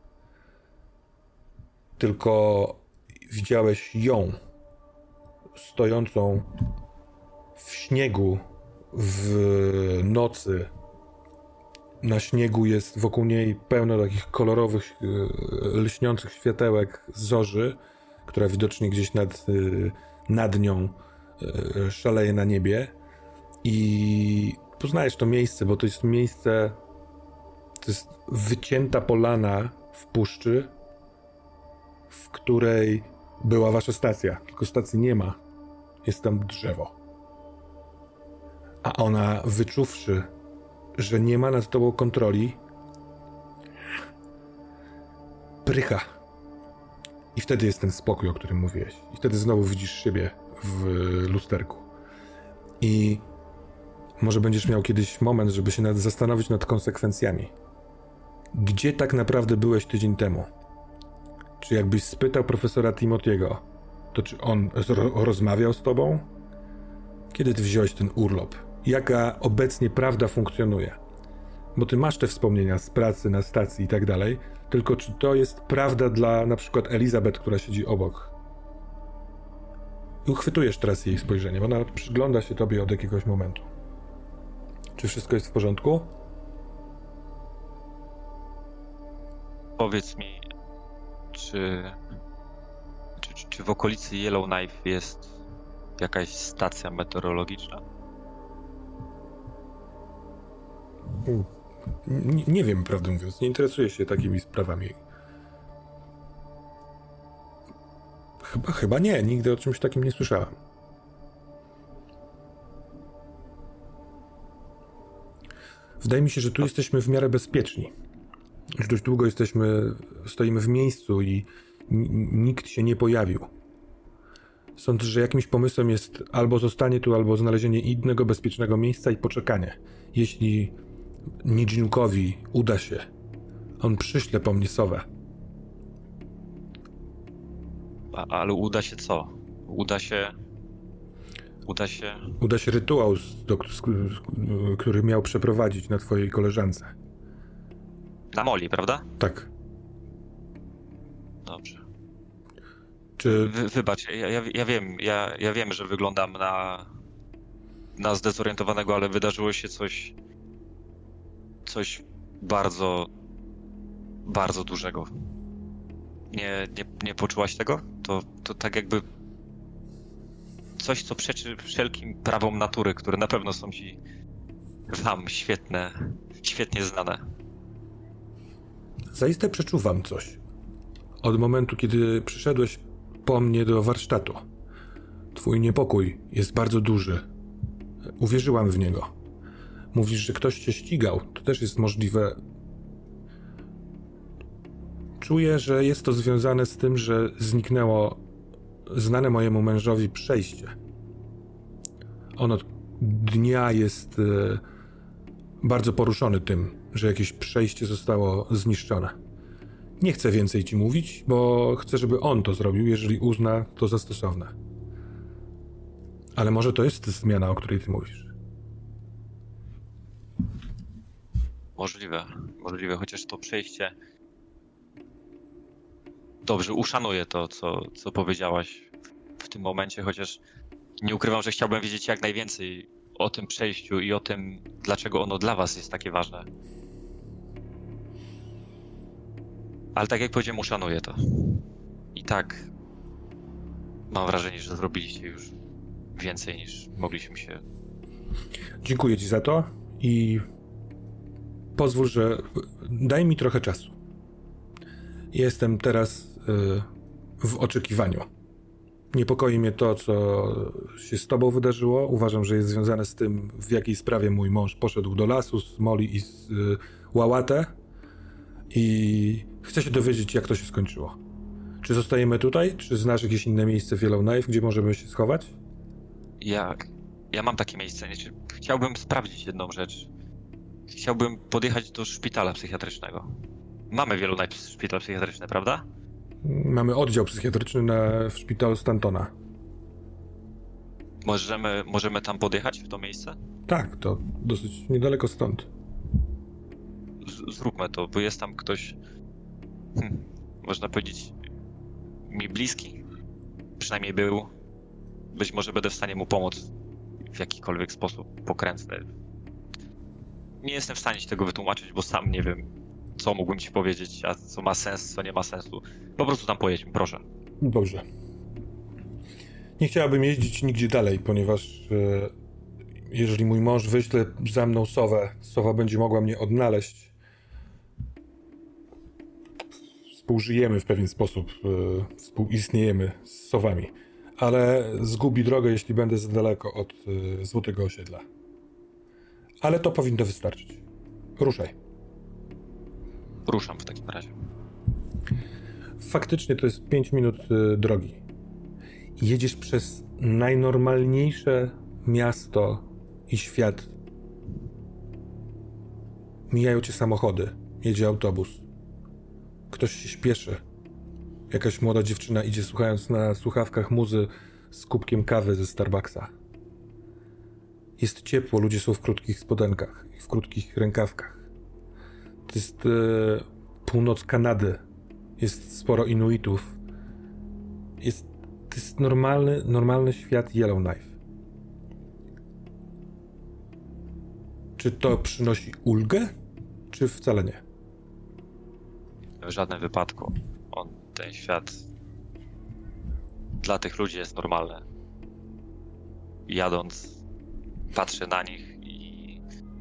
tylko widziałeś ją stojącą w śniegu w nocy. Na śniegu jest wokół niej pełno takich kolorowych, lśniących światełek zorzy, która widocznie gdzieś nad nią szaleje na niebie. I poznajesz to miejsce, bo to jest miejsce, to jest wycięta polana w puszczy, w której była wasza stacja. Tylko stacji nie ma. Jest tam drzewo. A ona, wyczuwszy, że nie ma nad tobą kontroli, prycha. I wtedy jest ten spokój, o którym mówiłeś. I wtedy znowu widzisz siebie w lusterku. I może będziesz miał kiedyś moment, żeby się zastanowić nad konsekwencjami. Gdzie tak naprawdę byłeś tydzień temu? Czy jakbyś spytał profesora Timothy'ego, to czy on rozmawiał z tobą? Kiedy ty wziąłeś ten urlop? Jaka obecnie prawda funkcjonuje? Bo ty masz te wspomnienia z pracy na stacji i tak dalej, tylko czy to jest prawda dla na przykład Elizabeth, która siedzi obok? I uchwytujesz teraz jej spojrzenie, bo ona przygląda się tobie od jakiegoś momentu. Czy wszystko jest w porządku? Powiedz mi, czy w okolicy Yellowknife jest jakaś stacja meteorologiczna? Nie wiem, prawdę mówiąc. Nie interesuję się takimi sprawami. Chyba nie. Nigdy o czymś takim nie słyszałem. Wydaje mi się, że tu jesteśmy w miarę bezpieczni. Już dość długo stoimy w miejscu i nikt się nie pojawił. Sądzę, że jakimś pomysłem jest albo zostanie tu, albo znalezienie innego bezpiecznego miejsca i poczekanie. Jeśli Nijinukowi uda się, on przyśle po mnie sowę. Ale uda się co? Uda się... Uda się rytuał, który miał przeprowadzić na twojej koleżance. Na Moli, prawda? Tak. Dobrze. Czy... Wybacz, ja wiem, że wyglądam na zdezorientowanego, ale wydarzyło się coś bardzo, bardzo dużego. Nie poczułaś tego? To tak jakby coś, co przeczy wszelkim prawom natury, które na pewno są ci wam świetnie znane. Zaiste przeczuwam coś. Od momentu, kiedy przyszedłeś po mnie do warsztatu. Twój niepokój jest bardzo duży. Uwierzyłam w niego. Mówisz, że ktoś cię ścigał. To też jest możliwe. Czuję, że jest to związane z tym, że zniknęło znane mojemu mężowi przejście. On od dnia jest bardzo poruszony tym, że jakieś przejście zostało zniszczone. Nie chcę więcej ci mówić, bo chcę, żeby on to zrobił, jeżeli uzna to za stosowne. Ale może to jest zmiana, o której ty mówisz. Możliwe, chociaż to przejście... Dobrze, uszanuję to, co powiedziałaś w tym momencie, chociaż nie ukrywam, że chciałbym wiedzieć jak najwięcej o tym przejściu i o tym, dlaczego ono dla was jest takie ważne. Ale tak jak powiedziałem, uszanuję to. I tak mam wrażenie, że zrobiliście już więcej niż mogliśmy się... Dziękuję ci za to i pozwól, że daj mi trochę czasu. Jestem teraz w oczekiwaniu. Niepokoi mnie to, co się z tobą wydarzyło. Uważam, że jest związane z tym, w jakiej sprawie mój mąż poszedł do lasu z Molly i z Łałatę. I chcę się dowiedzieć, jak to się skończyło. Czy zostajemy tutaj? Czy znasz jakieś inne miejsce w Yellowknife, gdzie możemy się schować? Ja mam takie miejsce. Chciałbym sprawdzić jedną rzecz. Chciałbym podjechać do szpitala psychiatrycznego. Mamy w Yellowknife szpital psychiatryczny, prawda? Mamy oddział psychiatryczny w szpitalu Stantona. Możemy tam podjechać, w to miejsce? Tak, to dosyć niedaleko stąd. Zróbmy to, bo jest tam ktoś, można powiedzieć, mi bliski. Przynajmniej był. Być może będę w stanie mu pomóc w jakikolwiek sposób pokrętny. Nie jestem w stanie ci tego wytłumaczyć, bo sam nie wiem, co mógłbym ci powiedzieć, a co ma sens, co nie ma sensu. Po prostu tam pojedźmy, proszę. Dobrze. Nie chciałabym jeździć nigdzie dalej, ponieważ jeżeli mój mąż wyśle za mną sowę, sowa będzie mogła mnie odnaleźć. Współżyjemy w pewien sposób, współistniejemy z sowami, ale zgubi drogę, jeśli będę za daleko od Złotego Osiedla. Ale to powinno wystarczyć. Ruszaj. Ruszam w takim razie. Faktycznie to jest 5 minut drogi. Jedziesz przez najnormalniejsze miasto i świat. Mijają cię samochody. Jedzie autobus. Ktoś się śpieszy. Jakaś młoda dziewczyna idzie słuchając na słuchawkach muzy z kubkiem kawy ze Starbucksa. Jest ciepło, ludzie są w krótkich spodenkach i w krótkich rękawkach. To jest północ Kanady. Jest sporo Inuitów. To jest normalny świat Yellowknife. Czy to przynosi ulgę, czy wcale nie? W żadnym wypadku. Ten świat dla tych ludzi jest normalny. Jadąc, patrzę na nich i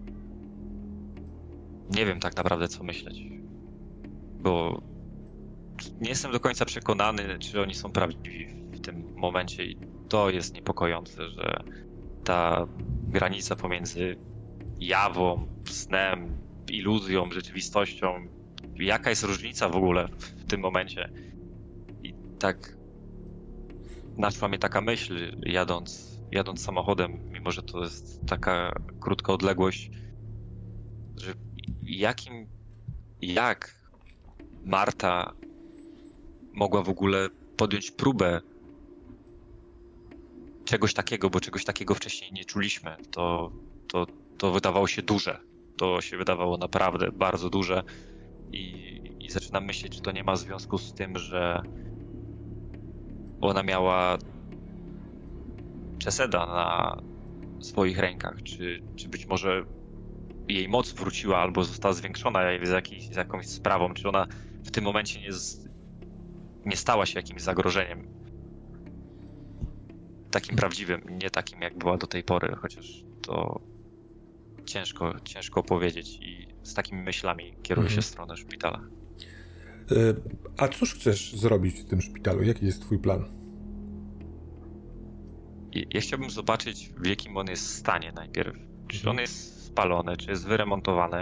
nie wiem tak naprawdę, co myśleć. Bo nie jestem do końca przekonany, czy oni są prawdziwi w tym momencie i to jest niepokojące, że ta granica pomiędzy jawą, snem, iluzją, rzeczywistością, jaka jest różnica w ogóle w tym momencie. I tak naszła mnie taka myśl, jadąc samochodem, mimo że to jest taka krótka odległość, że jak Marta mogła w ogóle podjąć próbę czegoś takiego, bo czegoś takiego wcześniej nie czuliśmy. To wydawało się duże. To się wydawało naprawdę bardzo duże i zaczynam myśleć, czy to nie ma związku z tym, że ona miała Czeseda na swoich rękach, czy być może jej moc wróciła albo została zwiększona z jakąś sprawą, czy ona w tym momencie nie stała się jakimś zagrożeniem takim prawdziwym, nie takim jak była do tej pory, chociaż to ciężko powiedzieć i z takimi myślami kieruję się w stronę szpitala. A cóż chcesz zrobić w tym szpitalu? Jaki jest twój plan? Ja chciałbym zobaczyć, w jakim on jest stanie najpierw. Czy on jest spalony, czy jest wyremontowany.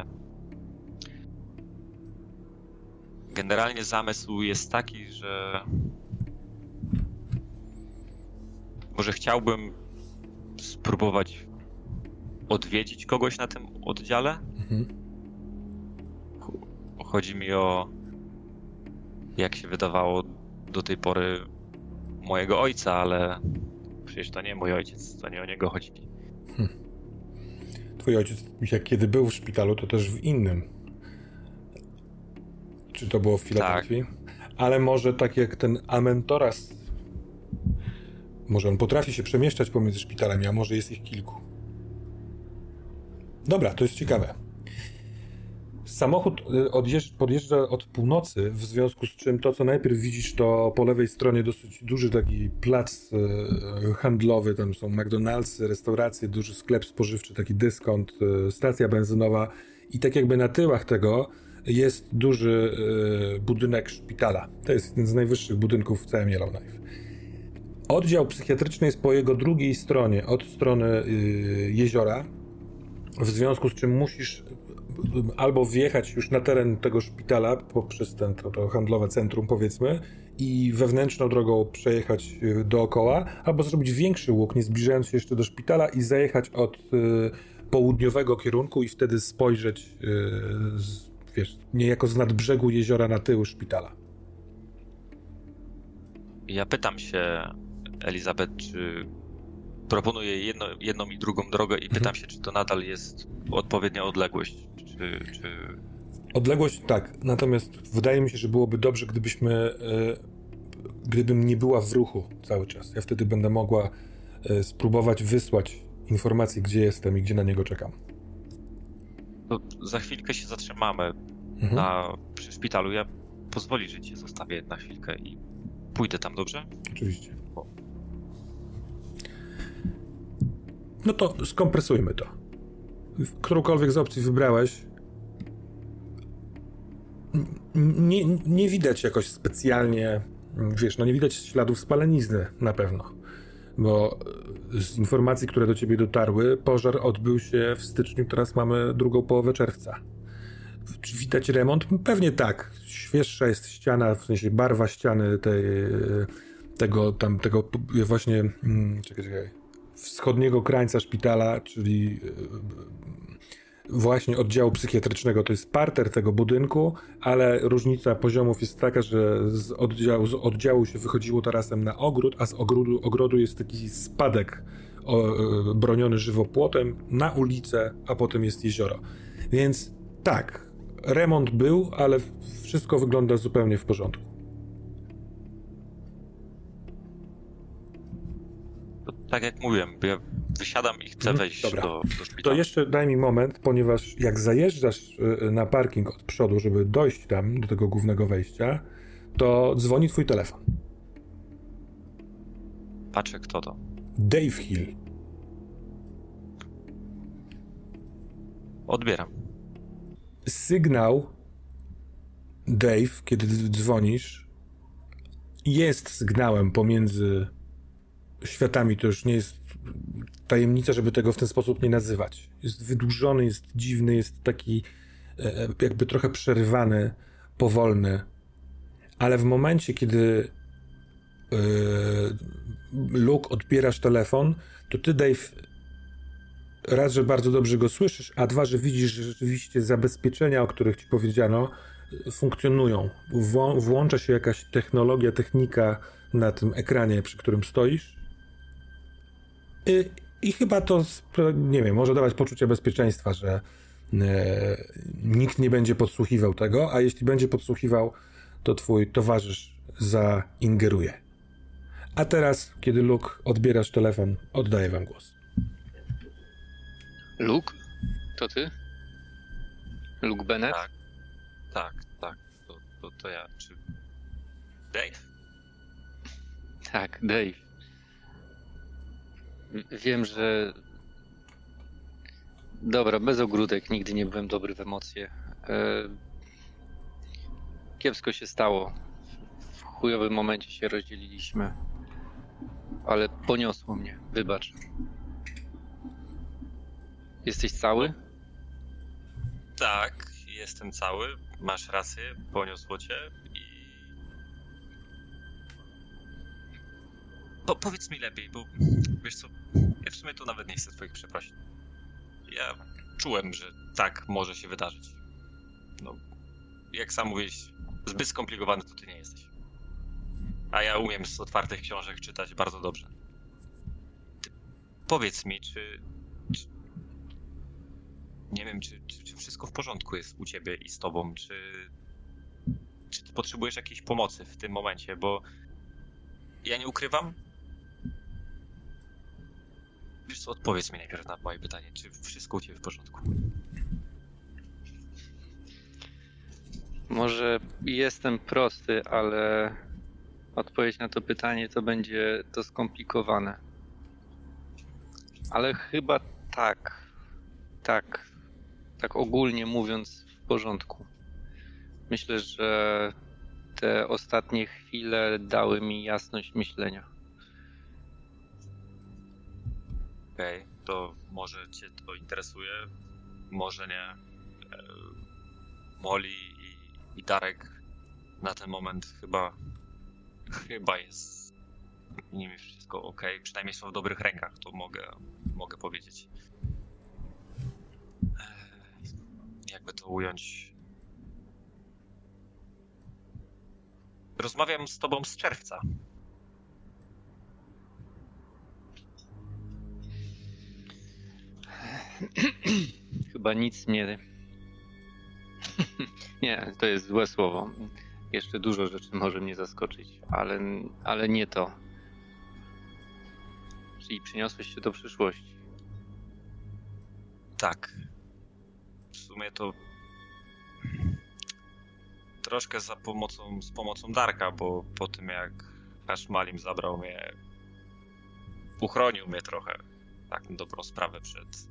Generalnie zamysł jest taki, że może chciałbym spróbować odwiedzić kogoś na tym oddziale. Mhm. Chodzi mi o, jak się wydawało do tej pory, mojego ojca, ale przecież to nie mój ojciec, to nie o niego chodzi. Twój ojciec, jak kiedy był w szpitalu, to też w innym. Czy to było w Filadelfii? Tak. Ale może tak jak ten Amentoras, może on potrafi się przemieszczać pomiędzy szpitalami, a może jest ich kilku. Dobra, to jest ciekawe. Samochód podjeżdża od północy, w związku z czym to, co najpierw widzisz, to po lewej stronie dosyć duży taki plac handlowy, tam są McDonald'sy, restauracje, duży sklep spożywczy, taki dyskont, stacja benzynowa i tak jakby na tyłach tego jest duży budynek szpitala. To jest jeden z najwyższych budynków w całym Yellowknife. Oddział psychiatryczny jest po jego drugiej stronie, od strony jeziora, w związku z czym musisz albo wjechać już na teren tego szpitala poprzez to handlowe centrum, powiedzmy, i wewnętrzną drogą przejechać dookoła, albo zrobić większy łuk, nie zbliżając się jeszcze do szpitala i zajechać od południowego kierunku i wtedy spojrzeć niejako z nadbrzegu jeziora na tył szpitala. Ja pytam się, Elizabeth, czy proponuję jedną i drugą drogę i pytam się, czy to nadal jest odpowiednia odległość, czy... Odległość tak, natomiast wydaje mi się, że byłoby dobrze, gdybym nie była w ruchu cały czas. Ja wtedy będę mogła spróbować wysłać informacje, gdzie jestem i gdzie na niego czekam. To za chwilkę się zatrzymamy przy szpitalu. Ja pozwolisz, że cię zostawię na chwilkę i pójdę tam, dobrze? Oczywiście. No to skompresujmy to. Którąkolwiek z opcji wybrałeś, nie widać jakoś specjalnie, nie widać śladów spalenizny na pewno, bo z informacji, które do ciebie dotarły, pożar odbył się w styczniu, teraz mamy drugą połowę czerwca. Czy widać remont? Pewnie tak. Świeższa jest ściana, w sensie barwa ściany tego właśnie, czekaj, wschodniego krańca szpitala, czyli właśnie oddziału psychiatrycznego. To jest parter tego budynku, ale różnica poziomów jest taka, że z oddziału się wychodziło tarasem na ogród, a z ogrodu jest taki spadek broniony żywopłotem na ulicę, a potem jest jezioro. Więc tak, remont był, ale wszystko wygląda zupełnie w porządku. Tak jak mówiłem, ja wysiadam i chcę wejść do szpitala. To jeszcze daj mi moment, ponieważ jak zajeżdżasz na parking od przodu, żeby dojść tam do tego głównego wejścia, to dzwoni twój telefon. Patrzę, kto to. Dave Hill. Odbieram. Sygnał, Dave, kiedy dzwonisz, jest sygnałem pomiędzy światami. To już nie jest tajemnica, żeby tego w ten sposób nie nazywać. Jest wydłużony, jest dziwny, jest taki jakby trochę przerywany, powolny. Ale w momencie, kiedy Luke, odbierasz telefon, to ty, Dave, raz, że bardzo dobrze go słyszysz, a dwa, że widzisz, że rzeczywiście zabezpieczenia, o których ci powiedziano, funkcjonują. Włącza się jakaś technika na tym ekranie, przy którym stoisz. I chyba to, nie wiem, może dawać poczucie bezpieczeństwa, że nikt nie będzie podsłuchiwał tego, a jeśli będzie podsłuchiwał, to twój towarzysz zaingeruje. A teraz, kiedy Luke, odbierasz telefon, oddaję wam głos. Luke? To ty? Luke Bennett? Tak. To ja. Czy Dave? Tak, Dave. Wiem, że... Dobra, bez ogródek, nigdy nie byłem dobry w emocje. Kiepsko się stało. W chujowym momencie się rozdzieliliśmy. Ale poniosło mnie, wybacz. Jesteś cały? Tak, jestem cały. Masz rację, poniosło cię i... Powiedz mi lepiej, bo wiesz co, ja w sumie tu nawet nie chcę twoich przeprosin. ja czułem, że tak może się wydarzyć. No, jak sam mówisz, zbyt skomplikowany to ty nie jesteś. A ja umiem z otwartych książek czytać bardzo dobrze. Ty powiedz mi, czy nie wiem, czy wszystko w porządku jest u ciebie i z tobą, czy ty potrzebujesz jakiejś pomocy w tym momencie, bo ja nie ukrywam. Wiesz co, odpowiedz mi najpierw na moje pytanie, czy wszystko u ciebie w porządku? Może jestem prosty, ale odpowiedź na to pytanie to będzie to skomplikowane. Ale chyba tak ogólnie mówiąc w porządku. Myślę, że te ostatnie chwile dały mi jasność myślenia. Okej, to może cię to interesuje, może nie. Molly i Darek na ten moment chyba jest nimi wszystko okej. Przynajmniej są w dobrych rękach, to mogę powiedzieć. Jakby to ująć? Rozmawiam z tobą z czerwca. Chyba nic mnie... Nie, to jest złe słowo. Jeszcze dużo rzeczy może mnie zaskoczyć, ale nie to. Czyli przyniosłeś się do przyszłości. Tak. W sumie to troszkę z pomocą Darka, bo po tym jak Hashmalim zabrał mnie, uchronił mnie trochę, tak na dobrą sprawę przed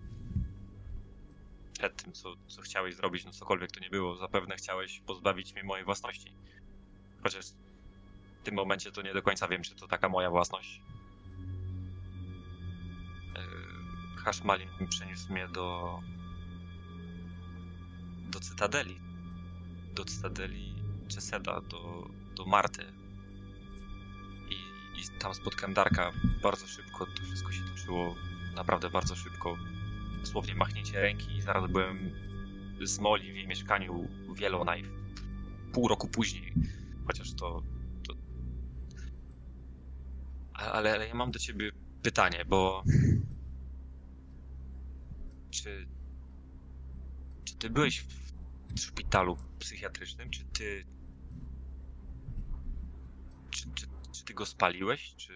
tym, co chciałeś zrobić, no cokolwiek to nie było. Zapewne chciałeś pozbawić mnie mojej własności. Chociaż w tym momencie to nie do końca wiem, czy to taka moja własność. Hashmalim przeniósł mnie do Cytadeli. Do Cytadeli Cheseda, do Marty. I tam spotkałem Darka bardzo szybko. To wszystko się toczyło naprawdę bardzo szybko. Dosłownie machnięcie ręki i zaraz byłem z Molly w jej mieszkaniu w Yellowknife. Pół roku później. Chociaż to... Ale ja mam do ciebie pytanie, bo... Czy ty byłeś w szpitalu psychiatrycznym? Czy ty go spaliłeś? Czy...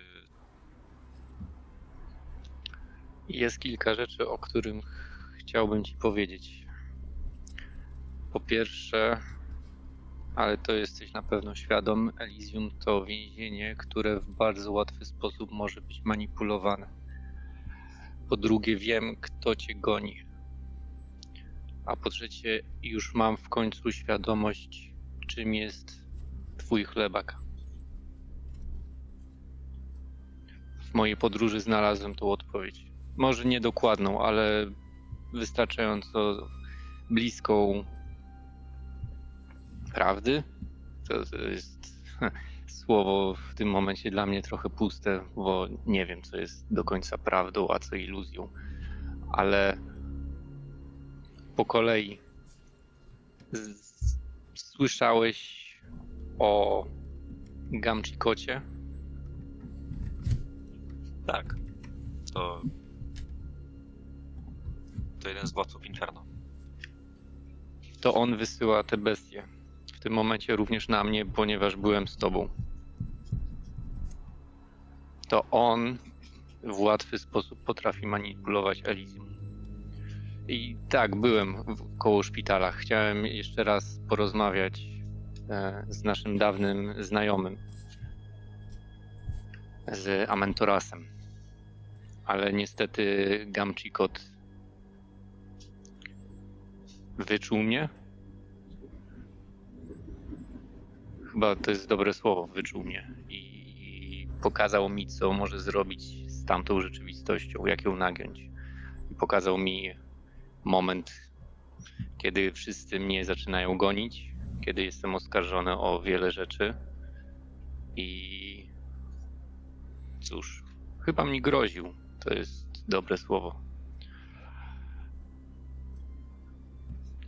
Jest kilka rzeczy, o którym chciałbym ci powiedzieć. Po pierwsze, ale to jesteś na pewno świadom, Elysium to więzienie, które w bardzo łatwy sposób może być manipulowane. Po drugie, wiem, kto cię goni. A po trzecie, już mam w końcu świadomość, czym jest twój chlebak. W mojej podróży znalazłem tą odpowiedź. Może nie dokładną, ale wystarczająco bliską prawdy. To jest słowo w tym momencie dla mnie trochę puste, bo nie wiem, co jest do końca prawdą, a co iluzją. Ale po kolei słyszałeś o Gamchikocie? Tak. To jeden z władców Inferno. To on wysyła te bestie. W tym momencie również na mnie, ponieważ byłem z tobą. To on w łatwy sposób potrafi manipulować Elysium. I tak, byłem koło szpitala. Chciałem jeszcze raz porozmawiać z naszym dawnym znajomym, z Amentorasem. Ale niestety Gamchikot wyczuł mnie. Chyba to jest dobre słowo, wyczuł mnie. I pokazał mi, co może zrobić z tamtą rzeczywistością, jak ją nagiąć. I pokazał mi moment, kiedy wszyscy mnie zaczynają gonić, kiedy jestem oskarżony o wiele rzeczy. I cóż, chyba mi groził. To jest dobre słowo.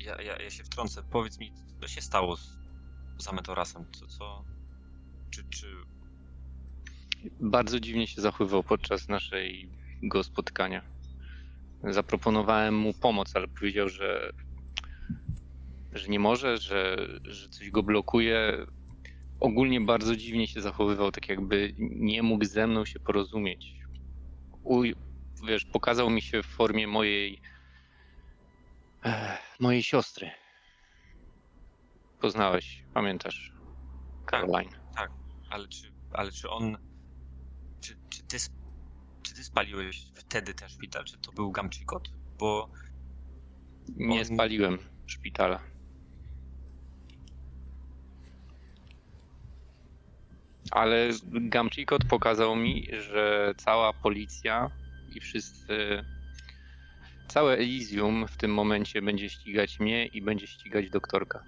Ja się wtrącę. Powiedz mi, co się stało z Amentorasem? Czy... Bardzo dziwnie się zachowywał podczas naszego spotkania. Zaproponowałem mu pomoc, ale powiedział, że nie może, że coś go blokuje. Ogólnie bardzo dziwnie się zachowywał, tak jakby nie mógł ze mną się porozumieć. Wiesz, pokazał mi się w formie mojej siostry. Poznałeś, pamiętasz? Caroline. Tak, ale czy on... Czy ty spaliłeś wtedy ten szpital? Czy to był Gamchikot? Bo... Nie spaliłem szpitala. Ale Gamchikot pokazał mi, że cała policja i całe Elysium w tym momencie będzie ścigać mnie i będzie ścigać doktorka.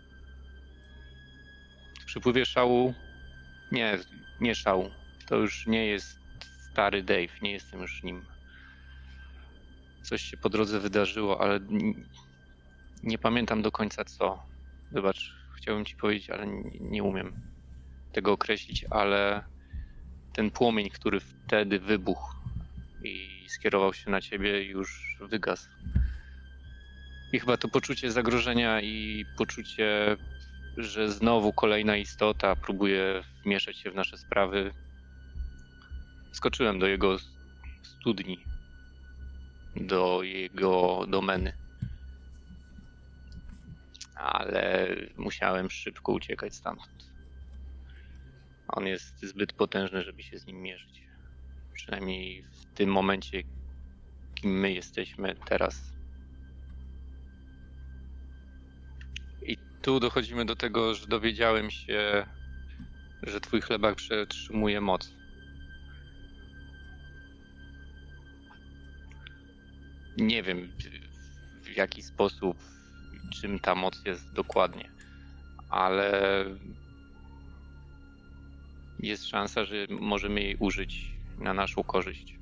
W przypływie szału... Nie szału. To już nie jest stary Dave, nie jestem już nim. Coś się po drodze wydarzyło, ale nie pamiętam do końca co. Wybacz, chciałbym ci powiedzieć, ale nie umiem tego określić, ale ten płomień, który wtedy wybuchł i skierował się na ciebie, już wygasł. I chyba to poczucie zagrożenia i poczucie, że znowu kolejna istota próbuje wmieszać się w nasze sprawy. Skoczyłem do jego studni, do jego domeny. Ale musiałem szybko uciekać stamtąd. On jest zbyt potężny, żeby się z nim mierzyć. Przynajmniej w tym momencie, kim my jesteśmy teraz. I tu dochodzimy do tego, że dowiedziałem się, że twój chlebak przetrzymuje moc. Nie wiem w jaki sposób, czym ta moc jest dokładnie, ale jest szansa, że możemy jej użyć na naszą korzyść.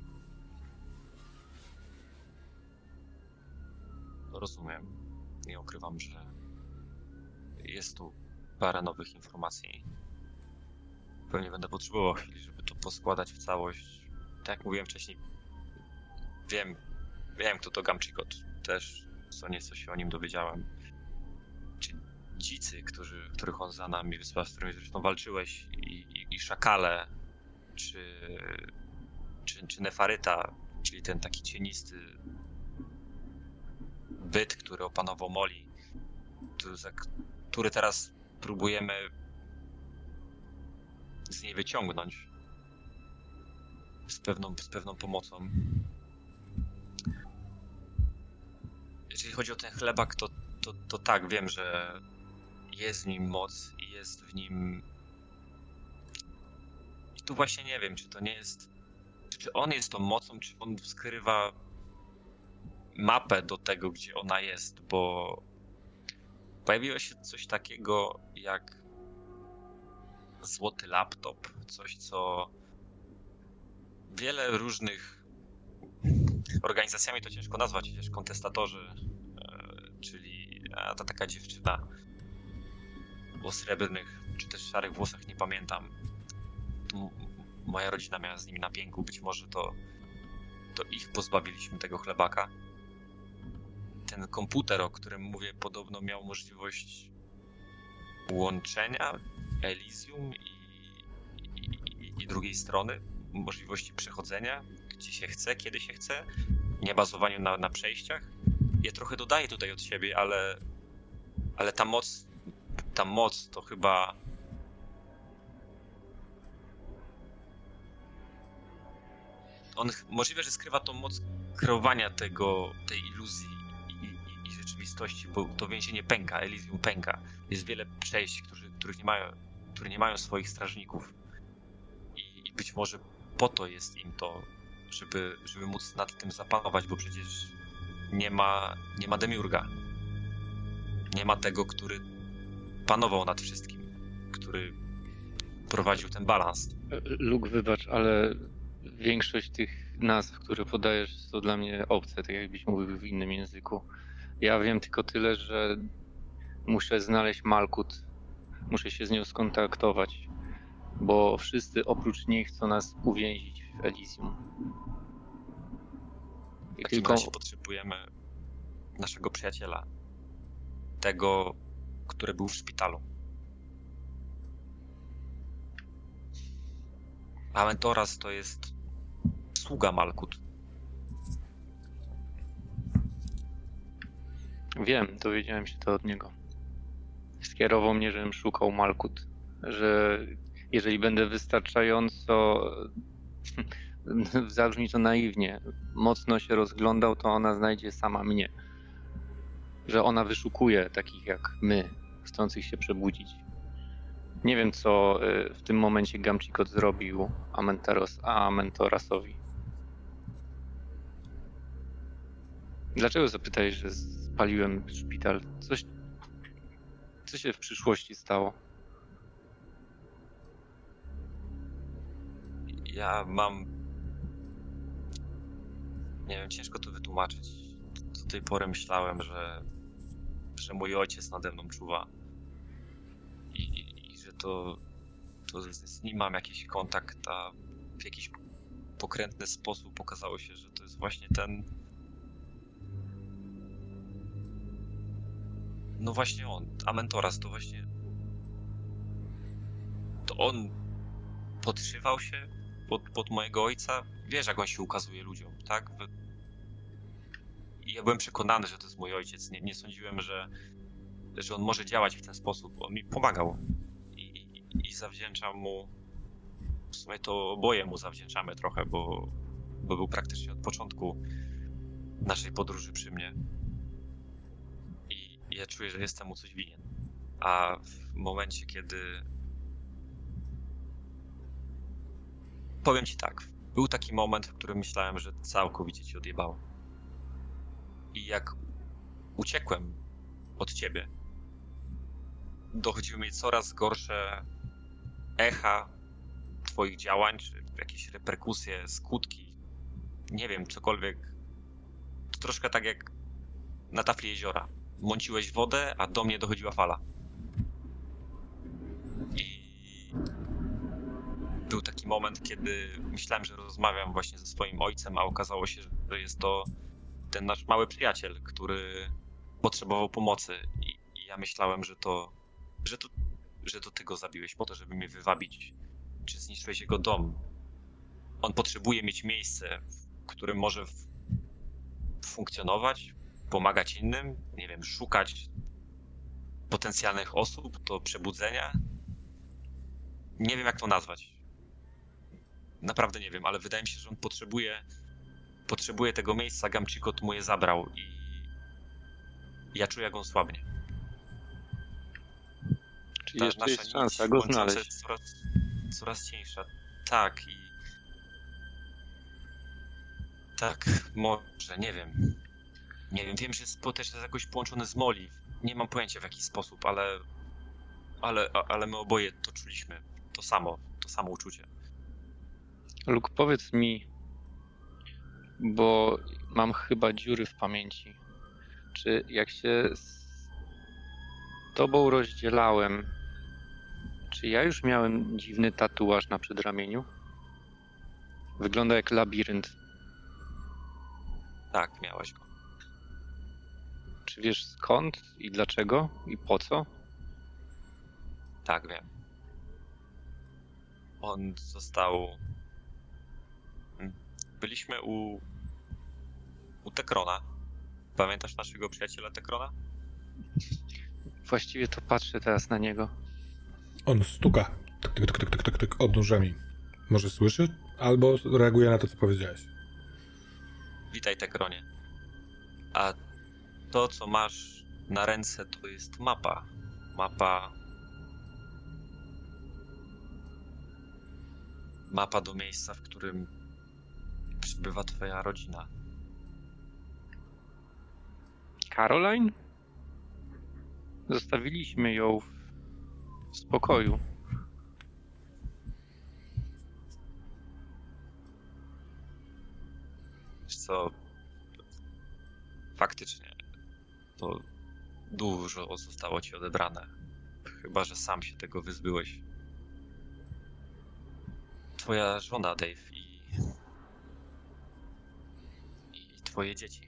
Rozumiem. Nie ukrywam, że jest tu parę nowych informacji. Pewnie będę potrzebował chwili, żeby to poskładać w całość. Tak jak mówiłem wcześniej, wiem kto to Gamchikot. Też co nieco się o nim dowiedziałem. Czy dzicy, których on za nami wysłał, z którymi zresztą walczyłeś, i szakale, czy Nefaryta, czyli ten taki cienisty byt, który opanował Moli, który teraz próbujemy z niej wyciągnąć z pewną pomocą. Jeżeli chodzi o ten chlebak, to tak, wiem, że jest w nim moc i jest w nim... I tu właśnie nie wiem, czy to nie jest... Czy on jest tą mocą, czy on skrywa mapę do tego, gdzie ona jest, bo pojawiło się coś takiego jak złoty laptop, coś co wiele różnych organizacjami to ciężko nazwać, przecież kontestatorzy, czyli ta taka dziewczyna o srebrnych czy też szarych włosach, nie pamiętam. Moja rodzina miała z nimi na pięku, być może to ich pozbawiliśmy tego chlebaka. Ten komputer, o którym mówię, podobno miał możliwość łączenia Elysium i drugiej strony, możliwości przechodzenia, gdzie się chce, kiedy się chce, nie bazowaniu na przejściach. Ja trochę dodaję tutaj od siebie, ale ta moc to chyba... Możliwe, że skrywa tą moc kreowania tej iluzji i rzeczywistości, bo to więzienie pęka, Elysium pęka. Jest wiele przejść, które nie mają swoich strażników. I być może po to jest im to, żeby móc nad tym zapanować, bo przecież nie ma demiurga. Nie ma tego, który panował nad wszystkim, który prowadził ten balans. Luke, wybacz, ale większość tych nazw, które podajesz, są dla mnie obce, tak jakbyś mówił w innym języku. Ja wiem tylko tyle, że muszę znaleźć Malkut. Muszę się z nią skontaktować, bo wszyscy oprócz niej chcą nas uwięzić w Elysium. W takim razie potrzebujemy naszego przyjaciela. Tego, który był w szpitalu. A Mentoras to jest sługa Malkut. Wiem, dowiedziałem się to od niego. Skierował mnie, żebym szukał Malkut. Że jeżeli będę wystarczająco, zabrzmi to naiwnie, mocno się rozglądał, to ona znajdzie sama mnie. Że ona wyszukuje takich jak my, chcących się przebudzić. Nie wiem, co w tym momencie Gamchikot zrobił Amentorasowi. Dlaczego zapytałeś, że spaliłem szpital? Co się w przyszłości stało? Ja mam... Nie wiem, ciężko to wytłumaczyć. Do tej pory myślałem, że mój ojciec nade mną czuwa. I że to z nim mam jakiś kontakt, a w jakiś pokrętny sposób okazało się, że to jest właśnie ten... No właśnie on, Amentoras, to właśnie... To on podszywał się pod mojego ojca. Wiesz, jak on się ukazuje ludziom, tak? I ja byłem przekonany, że to jest mój ojciec. Nie sądziłem, że on może działać w ten sposób. On mi pomagał. I zawdzięczam mu... W sumie to oboje mu zawdzięczamy trochę, bo był praktycznie od początku naszej podróży przy mnie. I ja czuję, że jestem mu coś winien. A w momencie, kiedy... Powiem ci tak. Był taki moment, w którym myślałem, że całkowicie ci odjebało. I jak uciekłem od ciebie, dochodziły mi coraz gorsze echa twoich działań, czy jakieś reperkusje, skutki, nie wiem, cokolwiek. To troszkę tak jak na tafli jeziora. Mąciłeś wodę, a do mnie dochodziła fala. I był taki moment, kiedy myślałem, że rozmawiam właśnie ze swoim ojcem, a okazało się, że jest to ten nasz mały przyjaciel, który potrzebował pomocy. I ja myślałem, że to ty go zabiłeś po to, żeby mnie wywabić, czy zniszczyłeś jego dom. On potrzebuje mieć miejsce, w którym może funkcjonować, pomagać innym, nie wiem, szukać potencjalnych osób do przebudzenia. Nie wiem, jak to nazwać. Naprawdę nie wiem, ale wydaje mi się, że on potrzebuje tego miejsca. Gamchikot mu je zabrał i ja czuję, jak on słabnie. Czyli jeszcze jest szansa go znaleźć. Coraz cieńsza. Tak i... Tak, może, nie wiem. Nie wiem, wiem, że też jest jakoś połączony z Molly. Nie mam pojęcia w jaki sposób, ale my oboje to czuliśmy. To samo uczucie. Luke, powiedz mi, bo mam chyba dziury w pamięci. Czy jak się z tobą rozdzielałem, czy ja już miałem dziwny tatuaż na przedramieniu? Wygląda jak labirynt. Tak, miałeś go. Czy wiesz skąd i dlaczego i po co? Tak, wiem. On został... Byliśmy u Tekrona. Pamiętasz naszego przyjaciela Tekrona? Właściwie to patrzę teraz na niego. On stuka tyk odnóżami. Może słyszy? Albo reaguje na to, co powiedziałeś. Witaj, Tekronie. A to, co masz na ręce, to jest mapa. Mapa do miejsca, w którym przybywa twoja rodzina. Caroline? Zostawiliśmy ją w spokoju. Wiesz co, faktycznie, to dużo zostało ci odebrane. Chyba że sam się tego wyzbyłeś. Twoja żona, Dave, i twoje dzieci.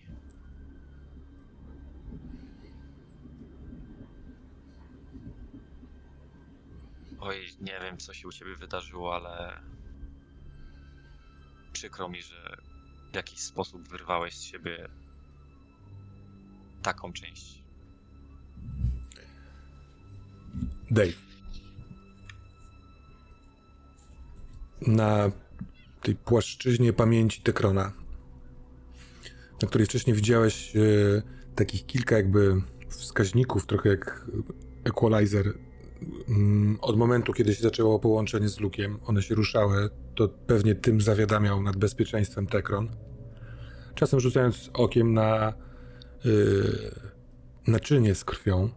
Oj, nie wiem, co się u ciebie wydarzyło, ale przykro mi, że w jakiś sposób wyrwałeś z siebie taką część. Dave. Na tej płaszczyźnie pamięci Tekrona, na której wcześniej widziałeś takich kilka jakby wskaźników, trochę jak equalizer. Od momentu, kiedy się zaczęło połączenie z Luke'iem, one się ruszały, to pewnie tym zawiadamiał nad bezpieczeństwem Tekron. Czasem rzucając okiem na naczynie z krwią,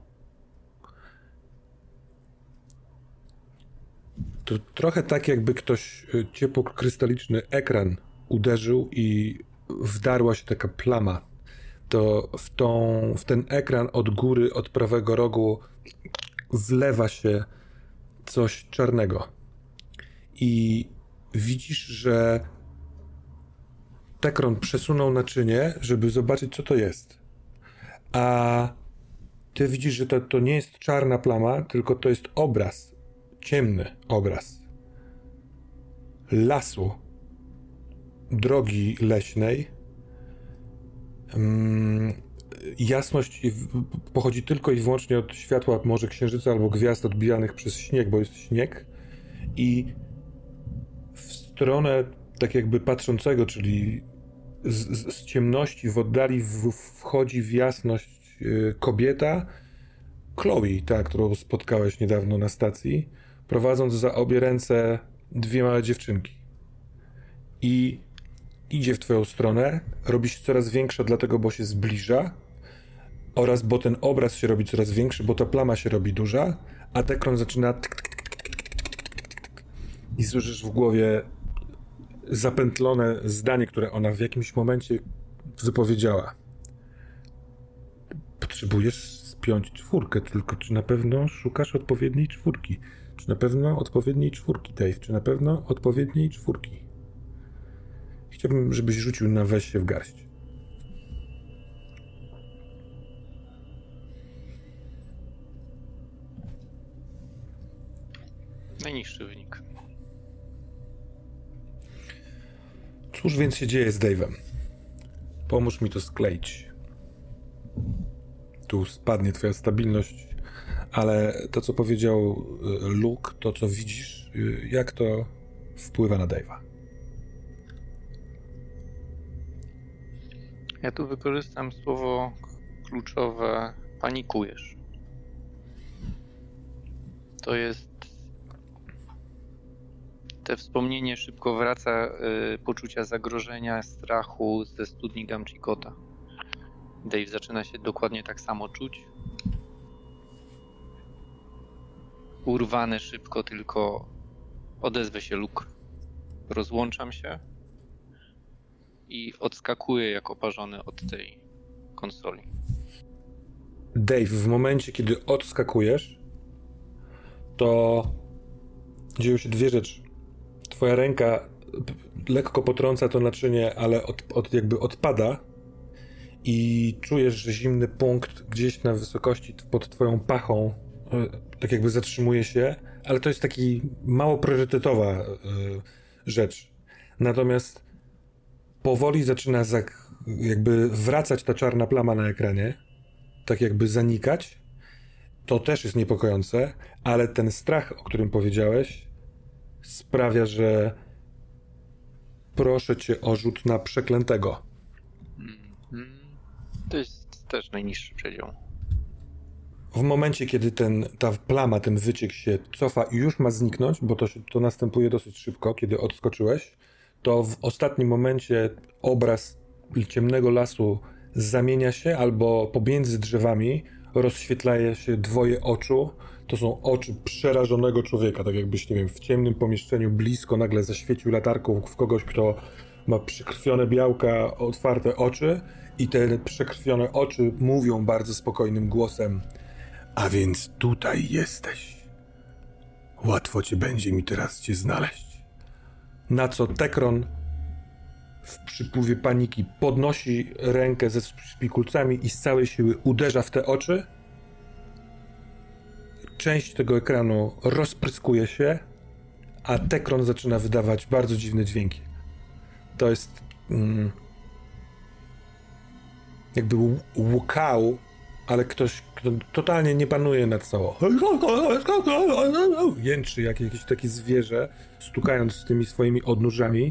to trochę tak, jakby ktoś ciepłokrystaliczny ekran uderzył i wdarła się taka plama. To w ten ekran od góry, od prawego rogu wlewa się coś czarnego. I widzisz, że Tekron przesunął naczynie, żeby zobaczyć, co to jest. A ty widzisz, że to nie jest czarna plama, tylko to jest obraz. Ciemny obraz lasu, drogi leśnej. Jasność pochodzi tylko i wyłącznie od światła może księżyca albo gwiazd odbijanych przez śnieg, bo jest śnieg. I w stronę tak jakby patrzącego, czyli z ciemności w oddali wchodzi w jasność kobieta, Chloe, ta, którą spotkałeś niedawno na stacji, prowadząc za obie ręce dwie małe dziewczynki. I idzie w twoją stronę, robi się coraz większa dlatego, bo się zbliża, oraz bo ten obraz się robi coraz większy, bo ta plama się robi duża, a Tekron zaczyna i słyszysz w głowie zapętlone zdanie, które ona w jakimś momencie wypowiedziała. Potrzebujesz spiąć czwórkę, tylko czy na pewno szukasz odpowiedniej czwórki? Czy na pewno odpowiedniej czwórki, Dave? Czy na pewno odpowiedniej czwórki? Chciałbym, żebyś rzucił na weź się w garść. Najniższy wynik. Cóż więc się dzieje z Dave'em? Pomóż mi to skleić. Tu spadnie twoja stabilność, ale to, co powiedział Luke, to, co widzisz, jak to wpływa na Dave'a? Ja tu wykorzystam słowo kluczowe panikujesz. To jest te wspomnienie szybko wraca poczucia zagrożenia, strachu ze studni Gamchikota. Dave zaczyna się dokładnie tak samo czuć. Urwany szybko, tylko odezwę się Luke. Rozłączam się i odskakuję jak oparzony od tej konsoli. Dave, w momencie, kiedy odskakujesz, to dzieją się dwie rzeczy. Twoja ręka lekko potrąca to naczynie, ale jakby odpada i czujesz, że zimny punkt gdzieś na wysokości pod twoją pachą tak jakby zatrzymuje się, ale to jest taki mało priorytetowa rzecz. Natomiast powoli zaczyna jakby wracać ta czarna plama na ekranie, tak jakby zanikać. To też jest niepokojące, ale ten strach, o którym powiedziałeś, sprawia, że proszę cię o rzut na przeklętego. To jest też najniższy przedział. W momencie, kiedy ta plama, ten wyciek się cofa i już ma zniknąć, bo to następuje dosyć szybko, kiedy odskoczyłeś, to w ostatnim momencie obraz ciemnego lasu zamienia się, albo pomiędzy drzewami rozświetlaje się dwoje oczu. To są oczy przerażonego człowieka, tak jakbyś, nie wiem, w ciemnym pomieszczeniu blisko nagle zaświecił latarką w kogoś, kto ma przekrwione białka, otwarte oczy i te przekrwione oczy mówią bardzo spokojnym głosem: a więc tutaj jesteś. Łatwo cię będzie mi teraz cię znaleźć. Na co Tekron w przypływie paniki podnosi rękę ze szpikulcami i z całej siły uderza w te oczy. Część tego ekranu rozpryskuje się, a Tekron zaczyna wydawać bardzo dziwne dźwięki. To jest jakby łukał, ale ktoś, kto totalnie nie panuje nad sobą. Jęczy jak jakieś takie zwierzę, stukając z tymi swoimi odnóżami.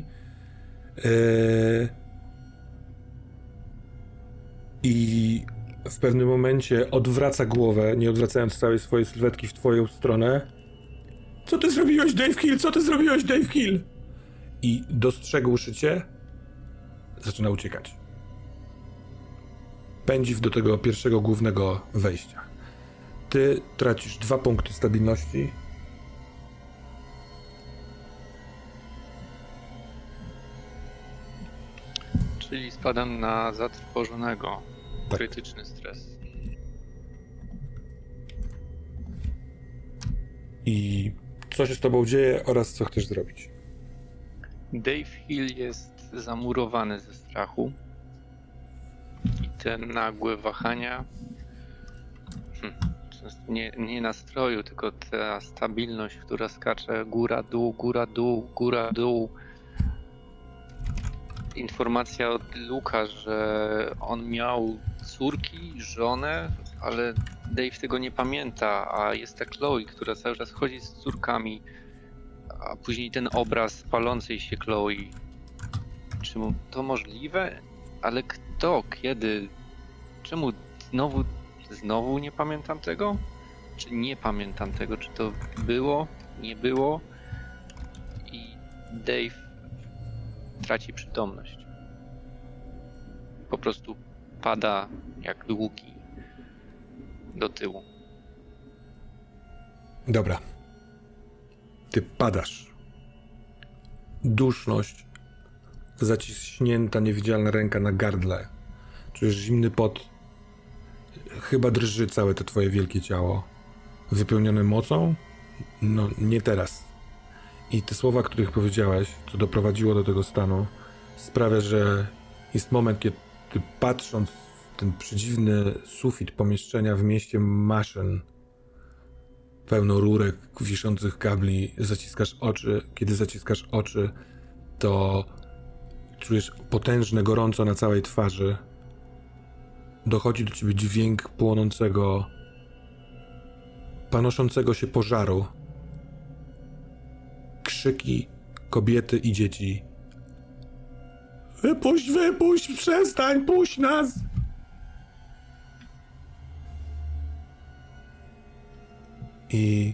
I w pewnym momencie odwraca głowę, nie odwracając całej swojej sylwetki w twoją stronę. Co ty zrobiłeś, Dave Hill? Co ty zrobiłeś, Dave Hill? I dostrzegłszy cię, zaczyna uciekać. Pędzi do tego pierwszego głównego wejścia. Ty tracisz 2 punkty stabilności. Czyli spadam na zatrwożonego. Tak. Krytyczny stres. I co się z tobą dzieje oraz co chcesz zrobić? Dave Hill jest zamurowany ze strachu. I te nagłe wahania, nie nastroju, tylko ta stabilność, która skacze góra, dół, góra, dół, góra, dół. Informacja od Luka, że on miał córki, żonę, ale Dave tego nie pamięta, a jest ta Chloe, która cały czas chodzi z córkami, a później ten obraz palącej się Chloe. Czy to możliwe? Ale kto? Kiedy? Czemu znowu nie pamiętam tego? Czy nie pamiętam tego? Czy to było? Nie było? I Dave traci przytomność. Po prostu pada jak długi do tyłu. Dobra. Ty padasz. Duszność, zaciśnięta niewidzialna ręka na gardle. Czujesz zimny pot. Chyba drży całe to twoje wielkie ciało. Wypełnione mocą? No, nie teraz. I te słowa, których powiedziałeś, co doprowadziło do tego stanu, sprawia, że jest moment, kiedy ty, patrząc w ten przedziwny sufit pomieszczenia w mieście maszyn, pełno rurek, wiszących kabli, zaciskasz oczy. Kiedy zaciskasz oczy, to czujesz potężne gorąco na całej twarzy. Dochodzi do ciebie dźwięk płonącego, panoszącego się pożaru. Krzyki kobiety i dzieci. Wypuść, przestań, puść nas! I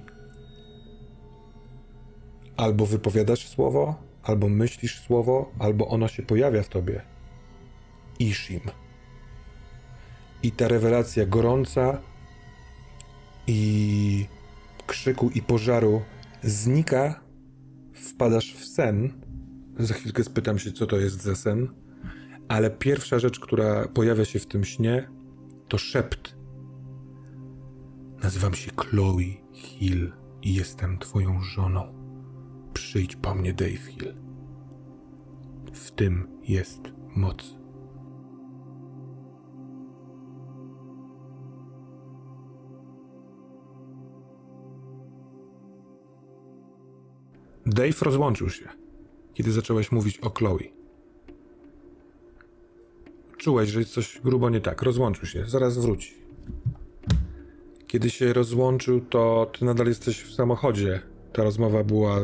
albo wypowiadasz słowo, albo myślisz słowo, albo ono się pojawia w tobie. Ishim. I ta rewelacja gorąca i krzyku i pożaru znika. Wpadasz w sen. Za chwilkę spytam się, co to jest za sen. Ale pierwsza rzecz, która pojawia się w tym śnie, to szept. Nazywam się Chloe Hill i jestem twoją żoną. Przyjdź po mnie, Dave Hill. W tym jest moc. Dave rozłączył się, kiedy zacząłeś mówić o Chloe. Czułeś, że jest coś grubo nie tak. Rozłączył się. Zaraz wróci. Kiedy się rozłączył, to ty nadal jesteś w samochodzie. Ta rozmowa była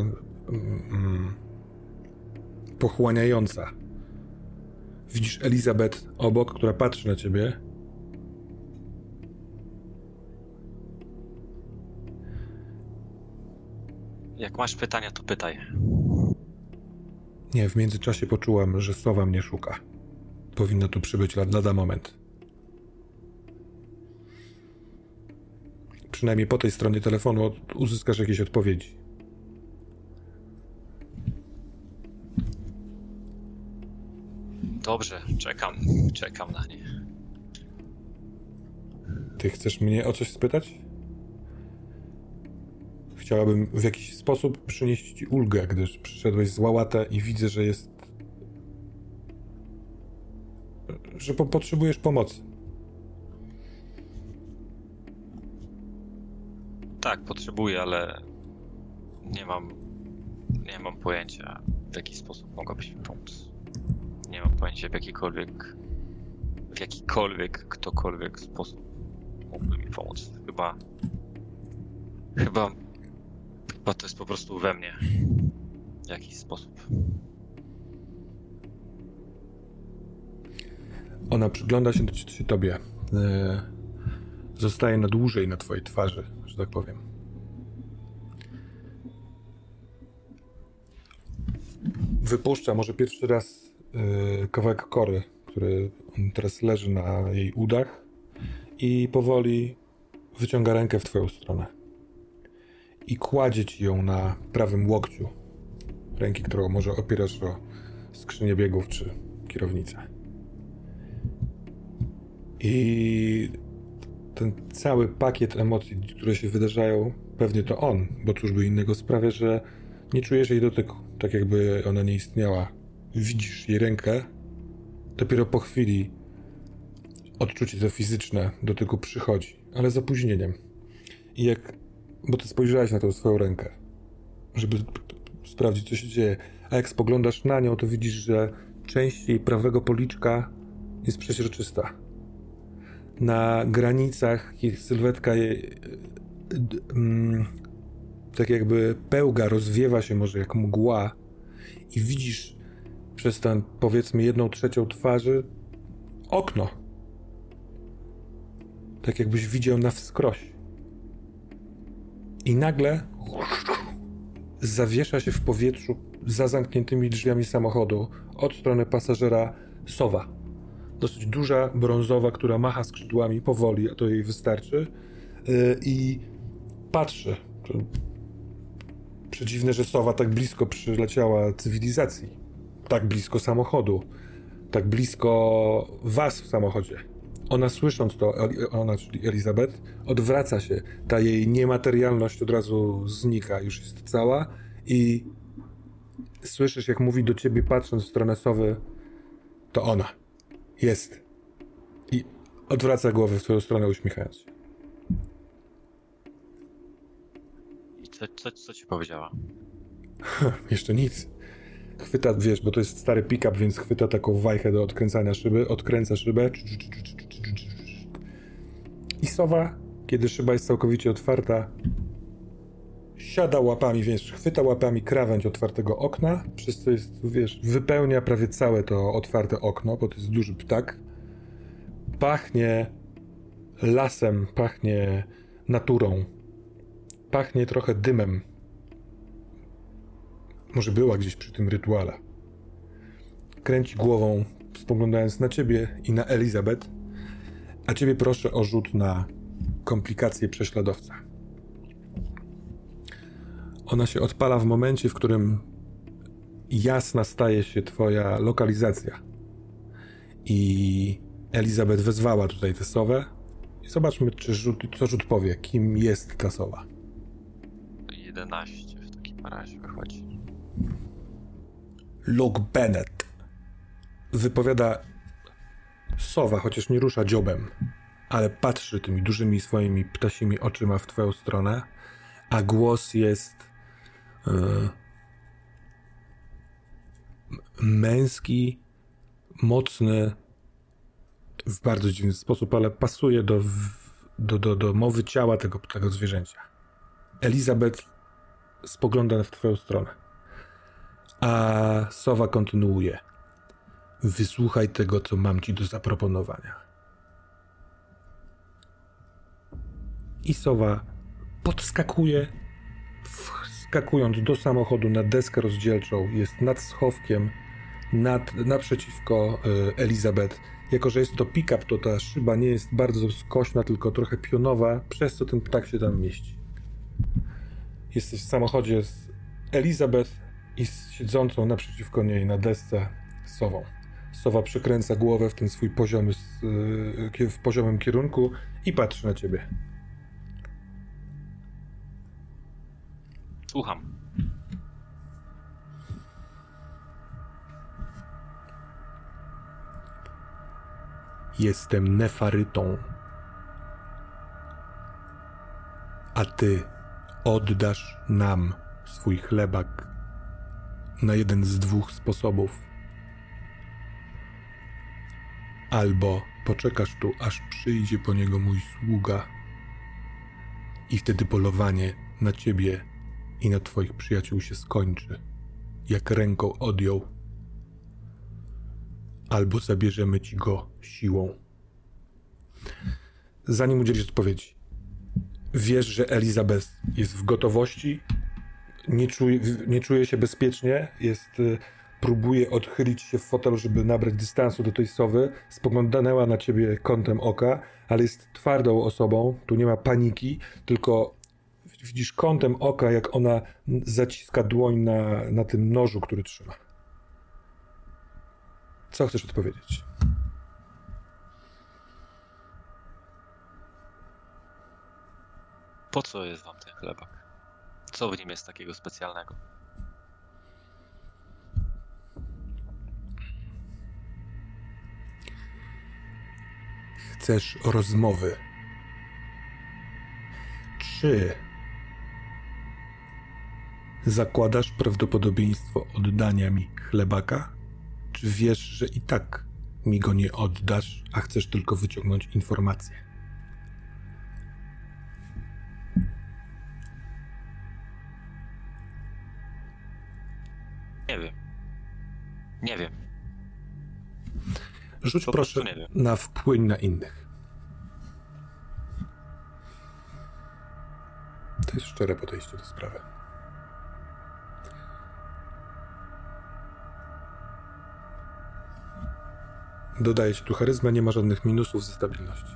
pochłaniająca. Widzisz Elizabeth obok, która patrzy na ciebie. Jak masz pytania, to pytaj. Nie, w międzyczasie poczułam, że sowa mnie szuka. Powinno tu przybyć lada moment. Przynajmniej po tej stronie telefonu uzyskasz jakieś odpowiedzi. Dobrze, czekam na nie. Ty chcesz mnie o coś spytać? Chciałabym w jakiś sposób przynieść ci ulgę, gdyż przyszedłeś z Łałata i widzę, że potrzebujesz pomocy. Tak, potrzebuję, ale nie mam pojęcia, w jaki sposób mogłabyś mi pomóc. Nie mam pojęcia, w jakikolwiek ktokolwiek sposób mógłby mi pomóc. Chyba to jest po prostu we mnie. W jakiś sposób. Ona przygląda się tobie. Zostaje na dłużej na twojej twarzy, że tak powiem. Wypuszcza może pierwszy raz kawałek kory, który teraz leży na jej udach i powoli wyciąga rękę w twoją stronę. I kładzie ci ją na prawym łokciu. Ręki, którą może opierasz o skrzynię biegów czy kierownicę. I ten cały pakiet emocji, które się wydarzają, pewnie to on, bo cóż by innego, sprawia, że nie czujesz jej dotyku, tak jakby ona nie istniała. Widzisz jej rękę, dopiero po chwili odczucie to fizyczne dotyku przychodzi, ale z opóźnieniem. Bo ty spojrzałaś na tą swoją rękę, żeby sprawdzić, co się dzieje, a jak spoglądasz na nią, to widzisz, że część jej prawego policzka jest przeźroczysta. Na granicach jej sylwetka tak jakby pełga rozwiewa się może jak mgła i widzisz przez tę, powiedzmy, 1/3 twarzy okno. Tak jakbyś widział na wskroś. I nagle zawiesza się w powietrzu za zamkniętymi drzwiami samochodu od strony pasażera sowa. Dosyć duża, brązowa, która macha skrzydłami powoli, a to jej wystarczy. I patrzy. Przedziwne, że sowa tak blisko przyleciała cywilizacji. Tak blisko samochodu. Tak blisko was w samochodzie. Ona, słysząc to, czyli Elizabeth, odwraca się. Ta jej niematerialność od razu znika, już jest cała i słyszysz, jak mówi do ciebie, patrząc w stronę sowy, to ona. Jest. I odwraca głowę w twoją stronę, uśmiechając się. I co ci powiedziała? Jeszcze nic. Chwyta, wiesz, bo to jest stary pick-up, więc chwyta taką wajchę do odkręcania szyby, odkręca szybę. I sowa, kiedy szyba jest całkowicie otwarta, siada łapami, wiesz, chwyta łapami krawędź otwartego okna, przez co jest, wiesz, wypełnia prawie całe to otwarte okno, bo to jest duży ptak. Pachnie lasem, pachnie naturą, pachnie trochę dymem. Może była gdzieś przy tym rytuale. Kręci głową, spoglądając na ciebie i na Elizabeth, a ciebie proszę o rzut na komplikacje prześladowca. Ona się odpala w momencie, w którym jasna staje się twoja lokalizacja. I Elizabeth wezwała tutaj tę sowę. I zobaczmy, co rzut powie, kim jest ta sowa. 11 w takim razie wychodzi. Luke Bennett. Wypowiada sowa, chociaż nie rusza dziobem, ale patrzy tymi dużymi swoimi ptasimi oczyma w twoją stronę, a głos jest męski, mocny, w bardzo dziwny sposób, ale pasuje do mowy ciała tego zwierzęcia. Elizabeth spogląda w twoją stronę, a sowa kontynuuje. Wysłuchaj tego, co mam ci do zaproponowania. I sowa podskakuje, wskakując do samochodu na deskę rozdzielczą, jest nad schowkiem, naprzeciwko Elizabeth. Jako że jest to pick-up, to ta szyba nie jest bardzo skośna, tylko trochę pionowa, przez co ten ptak się tam mieści. Jesteś w samochodzie z Elizabeth i z siedzącą naprzeciwko niej na desce sową. Sowa przekręca głowę w ten swój poziomy, w poziomym kierunku i patrzy na ciebie. Słucham. Jestem Nefarytą. A ty oddasz nam swój chlebak na jeden z 2 sposobów. Albo poczekasz tu, aż przyjdzie po niego mój sługa i wtedy polowanie na ciebie i na twoich przyjaciół się skończy, jak ręką odjął. Albo zabierzemy ci go siłą. Zanim udzielisz odpowiedzi, wiesz, że Elizabeth jest w gotowości, nie czuje się bezpiecznie, próbuje odchylić się w fotelu, żeby nabrać dystansu do tej sowy, spoglądnęła na ciebie kątem oka, ale jest twardą osobą, tu nie ma paniki, tylko widzisz kątem oka, jak ona zaciska dłoń na tym nożu, który trzyma. Co chcesz odpowiedzieć? Po co jest wam ten chlebak? Co w nim jest takiego specjalnego? Chcesz rozmowy? Czy zakładasz prawdopodobieństwo oddania mi chlebaka? Czy wiesz, że i tak mi go nie oddasz, a chcesz tylko wyciągnąć informacje? Nie wiem. Nie wiem. Rzuć Po proszę prostu nie wiem. na wpłyń na innych. To jest szczere podejście do sprawy. Dodaje się tu charyzma, nie ma żadnych minusów ze stabilności.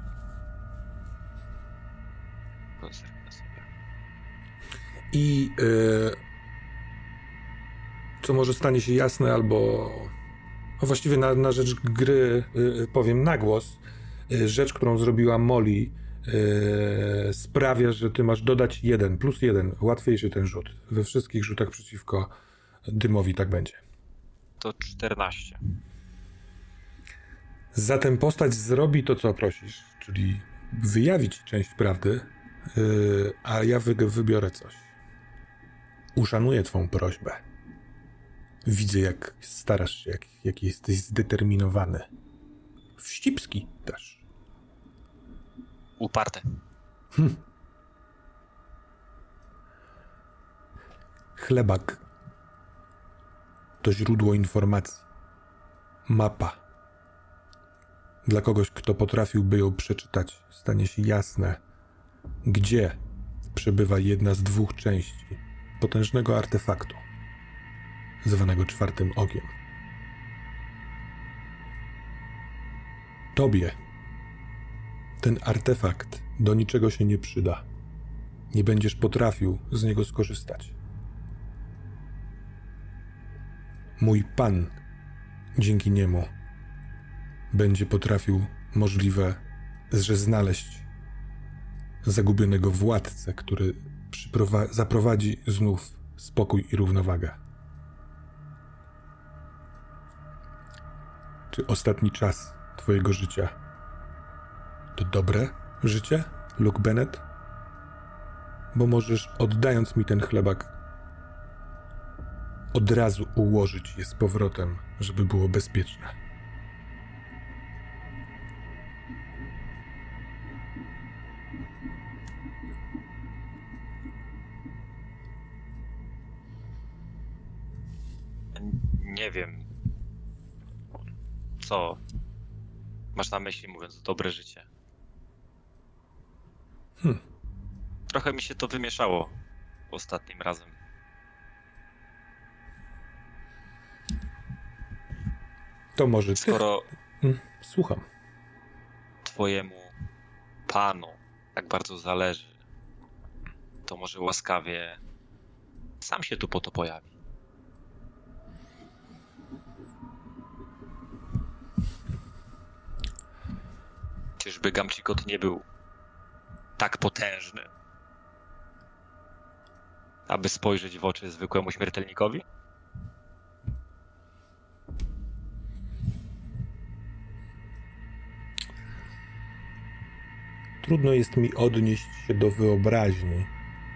Konserwuję sobie. I co może stanie się jasne, albo właściwie na rzecz gry powiem na głos, rzecz, którą zrobiła Molly, sprawia, że ty masz dodać 1, plus 1, łatwiejszy ten rzut. We wszystkich rzutach przeciwko Dymowi tak będzie. To 14. Zatem postać zrobi to, co prosisz, czyli wyjawić część prawdy, a ja wybiorę coś. Uszanuję twą prośbę. Widzę, jak starasz się, jak jesteś zdeterminowany. Wścibski też. Uparty. Chlebak to źródło informacji. Mapa. Dla kogoś, kto potrafiłby ją przeczytać, stanie się jasne, gdzie przebywa jedna z 2 części potężnego artefaktu, zwanego 4 okiem. Tobie ten artefakt do niczego się nie przyda. Nie będziesz potrafił z niego skorzystać. Mój Pan dzięki niemu będzie potrafił możliwe, że znaleźć zagubionego władcę, który zaprowadzi znów spokój i równowagę. Czy ostatni czas twojego życia to dobre życie, Luke Bennett? Bo możesz, oddając mi ten chlebak, od razu ułożyć je z powrotem, żeby było bezpieczne. Nie wiem, co masz na myśli, mówiąc dobre życie. Trochę mi się to wymieszało ostatnim razem. To może Skoro słucham. twojemu panu tak bardzo zależy, to może łaskawie sam się tu po to pojawi. Czyżby Gamchikot nie był tak potężny, aby spojrzeć w oczy zwykłemu śmiertelnikowi? Trudno jest mi odnieść się do wyobraźni.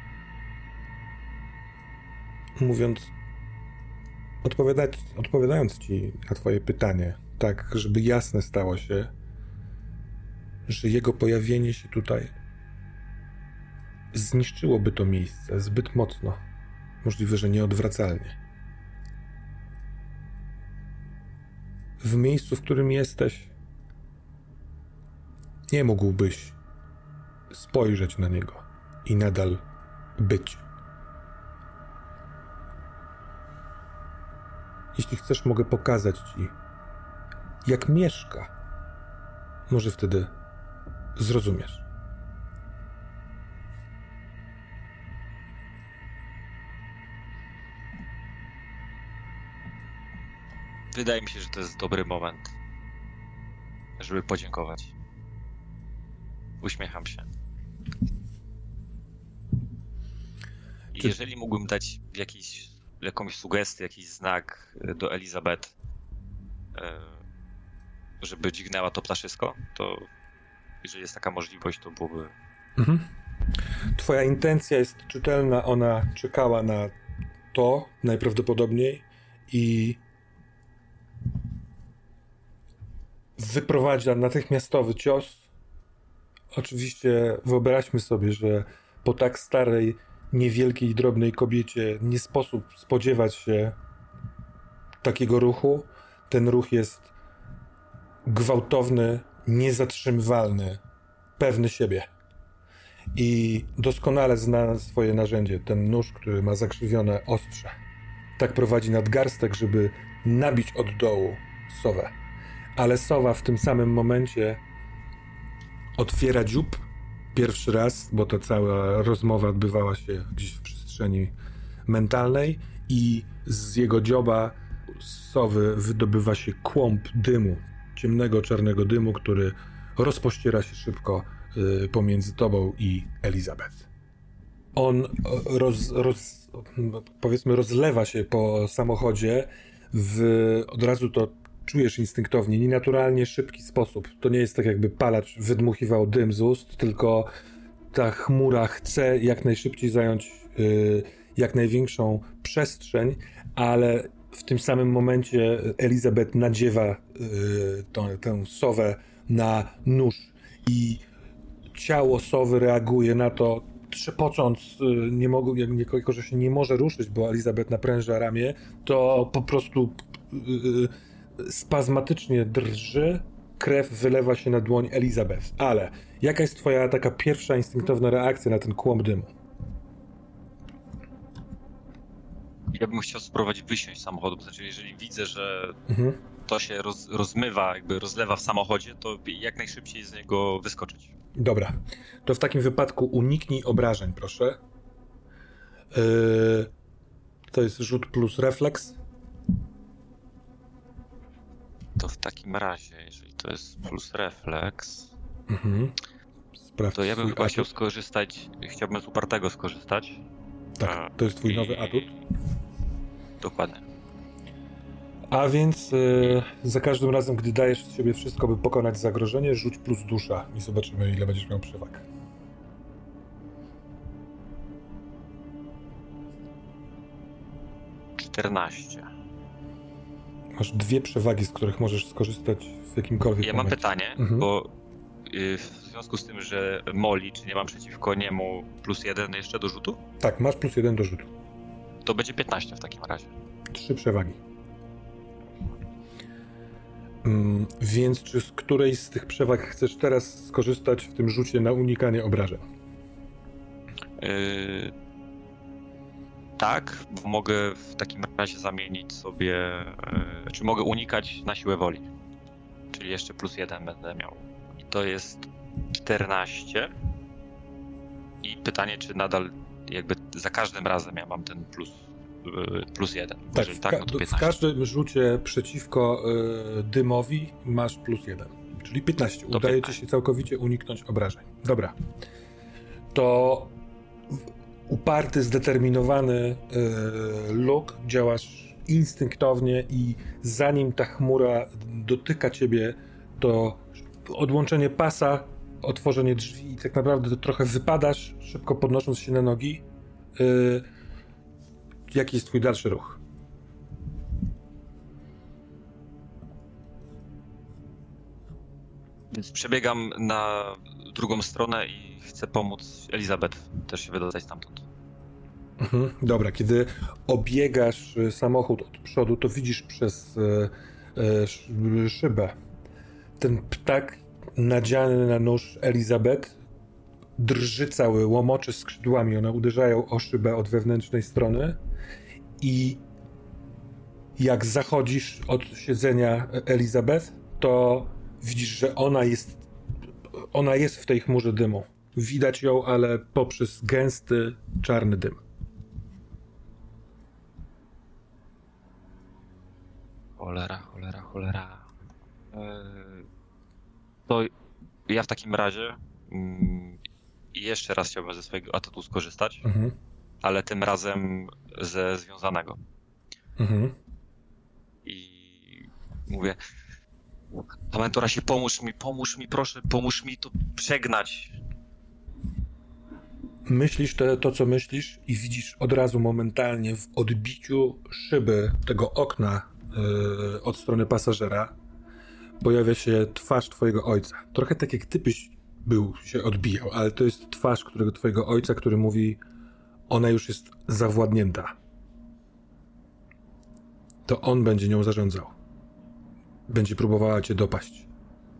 Odpowiadając ci na twoje pytanie, tak, żeby jasne stało się, że jego pojawienie się tutaj zniszczyłoby to miejsce zbyt mocno. Możliwe, że nieodwracalnie. W miejscu, w którym jesteś, nie mógłbyś spojrzeć na niego i nadal być. Jeśli chcesz, mogę pokazać ci, jak mieszka. Może wtedy zrozumiesz. Wydaje mi się, że to jest dobry moment, żeby podziękować. Uśmiecham się. I jeżeli mógłbym dać jakąś sugestię, jakiś znak do Elizabeth, żeby dźgnęła to ptaszysko, to jeżeli jest taka możliwość, to byłoby... Mhm. Twoja intencja jest czytelna, ona czekała na to najprawdopodobniej i wyprowadza natychmiastowy cios. Oczywiście wyobraźmy sobie, że po tak starej, niewielkiej, drobnej kobiecie nie sposób spodziewać się takiego ruchu. Ten ruch jest gwałtowny, niezatrzymywalny, pewny siebie. I doskonale zna swoje narzędzie, ten nóż, który ma zakrzywione ostrze. Tak prowadzi nadgarstek, żeby nabić od dołu sowę. Ale sowa w tym samym momencie otwiera dziób pierwszy raz, bo ta cała rozmowa odbywała się gdzieś w przestrzeni mentalnej i z jego dzioba sowy wydobywa się kłąb dymu, ciemnego, czarnego dymu, który rozpościera się szybko pomiędzy tobą i Elizabeth. On powiedzmy rozlewa się po samochodzie od razu to czujesz instynktownie, nienaturalnie szybki sposób. To nie jest tak, jakby palacz wydmuchiwał dym z ust, tylko ta chmura chce jak najszybciej zająć jak największą przestrzeń, ale w tym samym momencie Elizabeth nadziewa tę sowę na nóż i ciało sowy reaguje na to, trzepocząc, jako że się nie może ruszyć, bo Elizabeth napręża ramię, to po prostu spazmatycznie drży, krew wylewa się na dłoń Elizabeth. Ale jaka jest twoja taka pierwsza instynktowna reakcja na ten kłąb dymu? Ja bym chciał spróbować wysiąść z samochodu, to znaczy jeżeli widzę, że to się rozmywa, jakby rozlewa w samochodzie, to jak najszybciej z niego wyskoczyć. Dobra, to w takim wypadku uniknij obrażeń, proszę. To jest rzut plus refleks. To w takim razie, jeżeli to jest plus refleks, To ja bym chyba chciał chciałbym z upartego skorzystać. Tak, to jest twój nowy atut. Dokładnie. A więc za każdym razem, gdy dajesz z siebie wszystko, by pokonać zagrożenie, rzuć plus dusza i zobaczymy, ile będziesz miał przewag. Masz 2 przewagi, z których możesz skorzystać w jakimkolwiek momencie. Mam pytanie, bo w związku z tym, że Molly, czy nie mam przeciwko niemu plus 1 jeszcze do rzutu? Tak, masz plus 1 do rzutu. To będzie 15 w takim razie. 3 przewagi. Więc czy z której z tych przewag chcesz teraz skorzystać w tym rzucie na unikanie obrażeń? Tak, bo mogę w takim razie zamienić sobie, czy mogę unikać na siłę woli. Czyli jeszcze plus 1 będę miał. I to jest 14. I pytanie, czy nadal jakby za każdym razem ja mam ten plus 1. Tak, jeżeli tak, no to 15. W każdym rzucie przeciwko dymowi masz plus 1. czyli 15. To Udaje 15. ci się całkowicie uniknąć obrażeń. Dobra. To uparty, zdeterminowany Luke, działasz instynktownie i zanim ta chmura dotyka ciebie, to odłączenie pasa, otworzenie drzwi i tak naprawdę to trochę wypadasz, szybko podnosząc się na nogi. Jaki jest twój dalszy ruch? Więc przebiegam na drugą stronę i chcę pomóc Elizabeth też się wydostać stamtąd. Dobra, kiedy obiegasz samochód od przodu, to widzisz przez szybę ten ptak nadziany na nóż Elizabeth drży cały, łomoczy skrzydłami, one uderzają o szybę od wewnętrznej strony i jak zachodzisz od siedzenia Elizabeth, to widzisz, że ona jest w tej chmurze dymu. Widać ją, ale poprzez gęsty, czarny dym. Cholera. To ja w takim razie jeszcze raz chciałbym ze swojego atutu skorzystać, ale tym razem ze związanego. I mówię, Aventura, pomóż mi, proszę, pomóż mi to przegnać. Myślisz to, co myślisz i widzisz od razu momentalnie w odbiciu szyby tego okna od strony pasażera pojawia się twarz twojego ojca. Trochę tak jak ty byś się odbijał, ale to jest twarz twojego ojca, który mówi: ona już jest zawładnięta. To on będzie nią zarządzał. Będzie próbowała cię dopaść.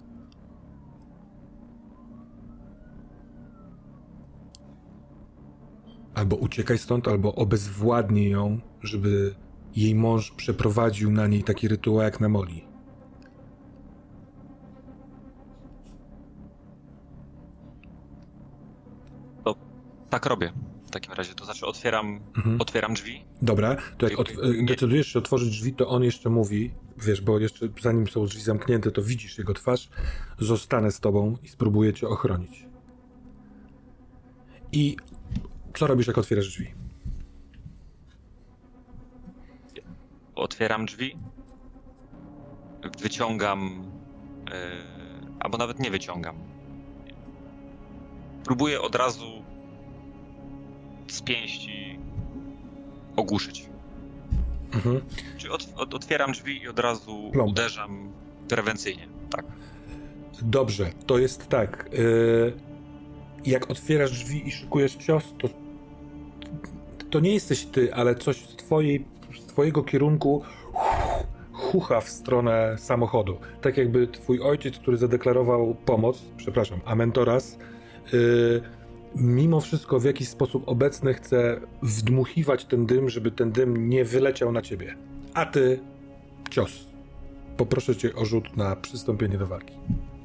Albo uciekaj stąd, albo obezwładnij ją, żeby jej mąż przeprowadził na niej taki rytuał jak na Moli. To tak robię. W takim razie to znaczy otwieram drzwi. Dobra, to jak decydujesz się otworzyć drzwi, to on jeszcze mówi, wiesz, bo jeszcze zanim są drzwi zamknięte, to widzisz jego twarz, zostanę z tobą i spróbuję cię ochronić. I co robisz, jak otwierasz drzwi? Otwieram drzwi, wyciągam, albo nawet nie wyciągam. Próbuję od razu z pięści ogłuszyć. Czyli otwieram drzwi i od razu uderzam prewencyjnie. Tak. Dobrze, to jest tak. Jak otwierasz drzwi i szykujesz cios, to nie jesteś ty, ale coś z twojego kierunku chucha w stronę samochodu. Tak jakby twój ojciec, który zadeklarował pomoc, Amentoras, mimo wszystko w jakiś sposób obecny chce wdmuchiwać ten dym, żeby ten dym nie wyleciał na ciebie. A ty cios. Poproszę cię o rzut na przystąpienie do walki.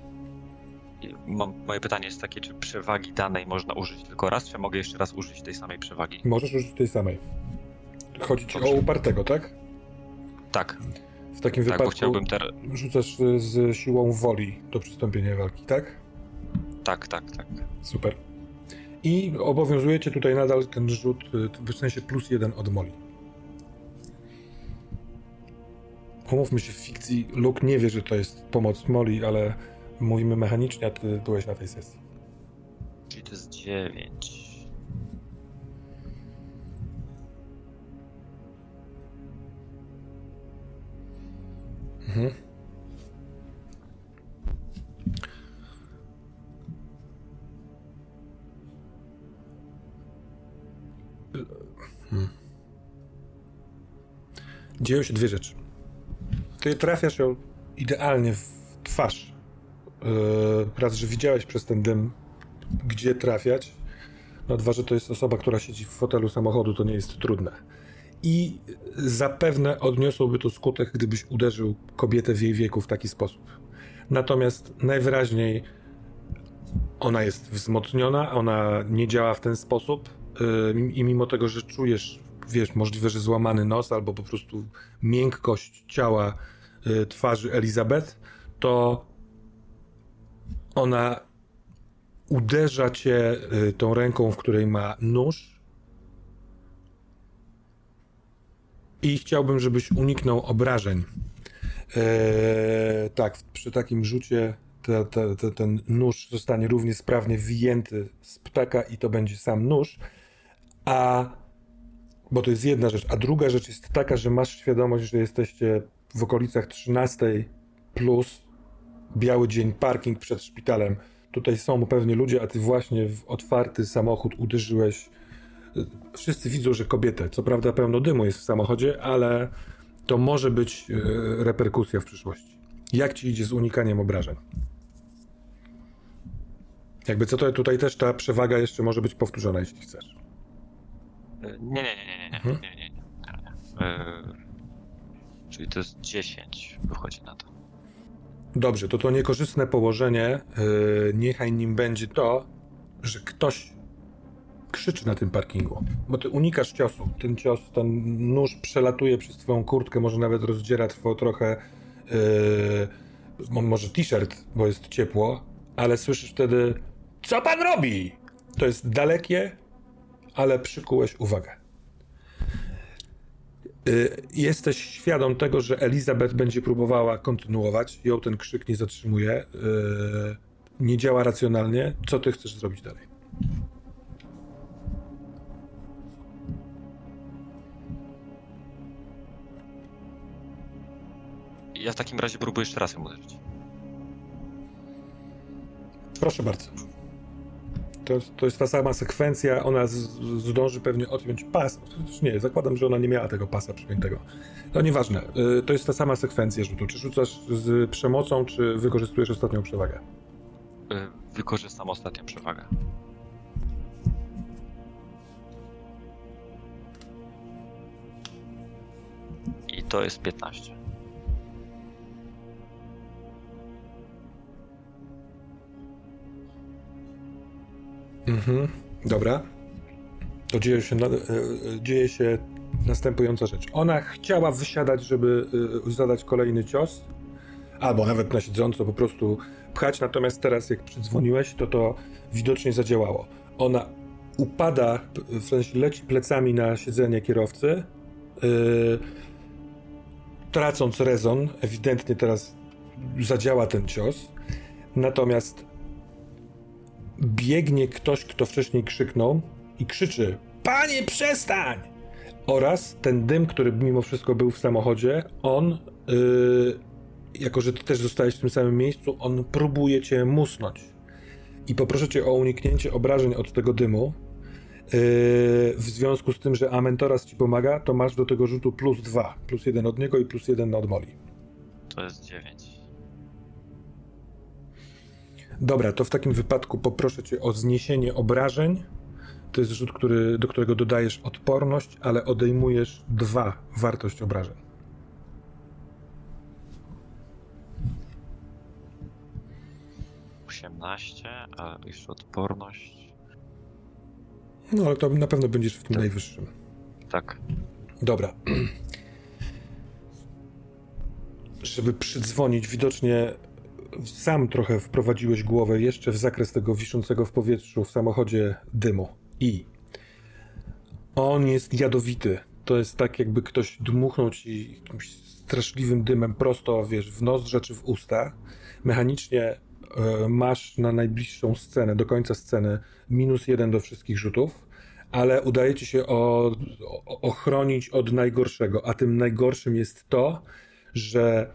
Moje pytanie jest takie, czy przewagi danej można użyć tylko raz, czy mogę jeszcze raz użyć tej samej przewagi? Możesz użyć tej samej. Chodzi ci o upartego, tak? Tak. W takim wypadku chciałbym rzucasz z siłą woli do przystąpienia walki, tak? Tak. Super. I obowiązujecie tutaj nadal ten rzut, w sensie +1 od Moli. Umówmy się, w fikcji Luke nie wie, że to jest pomoc Moli, ale mówimy mechanicznie, a ty byłeś na tej sesji. Czyli to jest 9. Dzieją się dwie rzeczy. Ty trafiasz ją idealnie w twarz. Raz, że widziałeś przez ten dym, gdzie trafiać. No dwa, że to jest osoba, która siedzi w fotelu samochodu, to nie jest trudne. I zapewne odniosłoby to skutek, gdybyś uderzył kobietę w jej wieku w taki sposób. Natomiast najwyraźniej ona jest wzmocniona, ona nie działa w ten sposób i mimo tego, że czujesz, wiesz, możliwe, że złamany nos albo po prostu miękkość ciała twarzy Elizabeth, to Ona uderza cię tą ręką, w której ma nóż i chciałbym, żebyś uniknął obrażeń. Tak, przy takim rzucie ten nóż zostanie równie sprawnie wyjęty z ptaka i to będzie sam nóż, bo to jest jedna rzecz, a druga rzecz jest taka, że masz świadomość, że jesteście w okolicach 13 plus biały dzień, parking przed szpitalem. Tutaj są pewnie ludzie, a ty właśnie w otwarty samochód uderzyłeś. Wszyscy widzą, że kobietę. Co prawda pełno dymu jest w samochodzie, ale to może być reperkusja w przyszłości. Jak ci idzie z unikaniem obrażeń? Jakby co to tutaj też ta przewaga jeszcze może być powtórzona, jeśli chcesz. Nie. Czyli to jest 10, wychodzi na to. Dobrze, to niekorzystne położenie, niechaj nim będzie to, że ktoś krzyczy na tym parkingu, bo ty unikasz ciosu. Ten nóż przelatuje przez twoją kurtkę, może nawet rozdziera trochę, może t-shirt, bo jest ciepło, ale słyszysz wtedy, co pan robi? To jest dalekie, ale przykułeś uwagę. Jesteś świadom tego, że Elizabeth będzie próbowała kontynuować, ją ten krzyk nie zatrzymuje, nie działa racjonalnie. Co ty chcesz zrobić dalej? Ja w takim razie próbuję jeszcze raz ją uderzyć. Proszę bardzo. To jest ta sama sekwencja, ona zdąży pewnie odpiąć pas. Nie, zakładam, że ona nie miała tego pasa przypiętego. No nieważne, to jest ta sama sekwencja rzutu. Czy rzucasz z przemocą, czy wykorzystujesz ostatnią przewagę? Wykorzystam ostatnią przewagę. I to jest 15. Dobra. To dzieje się następująca rzecz. Ona chciała wysiadać, żeby zadać kolejny cios, albo nawet na siedząco po prostu pchać, natomiast teraz jak przydzwoniłeś, to widocznie zadziałało. Ona upada, w sensie leci plecami na siedzenie kierowcy, tracąc rezon, ewidentnie teraz zadziała ten cios, natomiast biegnie ktoś, kto wcześniej krzyknął i krzyczy: panie, przestań! Oraz ten dym, który mimo wszystko był w samochodzie, on, jako że ty też zostałeś w tym samym miejscu, on próbuje cię musnąć. I poproszę cię o uniknięcie obrażeń od tego dymu. W związku z tym, że Amentoras ci pomaga, to masz do tego rzutu +2. +1 od niego i +1 od Molly. To jest 9. Dobra, to w takim wypadku poproszę cię o zniesienie obrażeń. To jest rzut, do którego dodajesz odporność, ale odejmujesz 2 wartość obrażeń. A jeszcze odporność. No, ale to na pewno będziesz w tym najwyższym. Tak. Dobra. Żeby przydzwonić, widocznie sam trochę wprowadziłeś głowę jeszcze w zakres tego wiszącego w powietrzu w samochodzie dymu. I on jest jadowity. To jest tak, jakby ktoś dmuchnął ci jakimś straszliwym dymem prosto, w nozdrza czy w usta. Mechanicznie masz na najbliższą scenę, do końca sceny, -1 do wszystkich rzutów, ale udaje ci się ochronić od najgorszego, a tym najgorszym jest to, że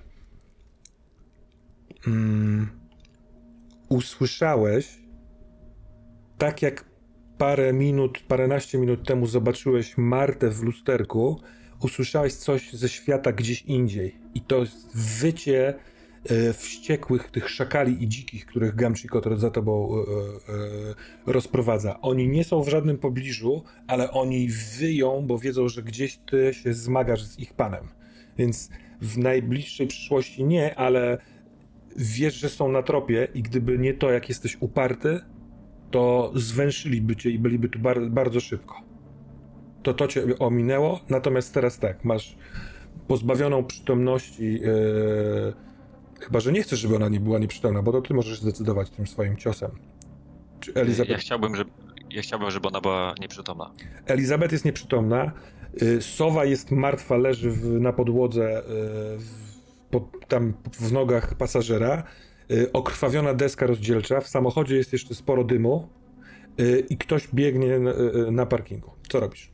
usłyszałeś, tak jak paręnaście minut temu zobaczyłeś Martę w lusterku, usłyszałeś coś ze świata gdzieś indziej. I to jest wycie wściekłych tych szakali i dzikich, których Gamshikot za tobą rozprowadza. Oni nie są w żadnym pobliżu, ale oni wyją, bo wiedzą, że gdzieś ty się zmagasz z ich panem. Więc w najbliższej przyszłości nie, ale wiesz, że są na tropie i gdyby nie to, jak jesteś uparty, to zwęszyliby cię i byliby tu bardzo szybko. To cię ominęło, natomiast teraz tak, masz pozbawioną przytomności Chyba, że nie chcesz, żeby ona nie była nieprzytomna, bo to ty możesz zdecydować tym swoim ciosem. Czy Elizabeth... Ja chciałbym, żeby ona była nieprzytomna. Elizabeth jest nieprzytomna. Sowa jest martwa, leży na podłodze tam w nogach pasażera. Okrwawiona deska rozdzielcza. W samochodzie jest jeszcze sporo dymu. I ktoś biegnie na parkingu. Co robisz?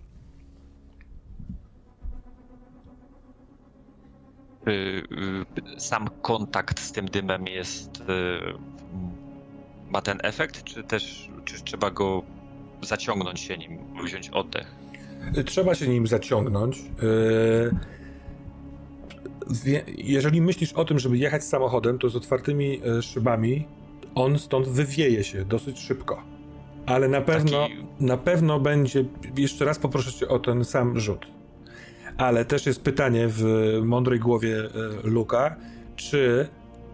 Sam kontakt z tym dymem ma ten efekt, czy trzeba go zaciągnąć się nim, wziąć oddech? Trzeba się nim zaciągnąć. Jeżeli myślisz o tym, żeby jechać samochodem, to z otwartymi szybami on stąd wywieje się dosyć szybko. Ale na pewno będzie... Jeszcze raz poproszę cię o ten sam rzut. Ale też jest pytanie w mądrej głowie Luka, czy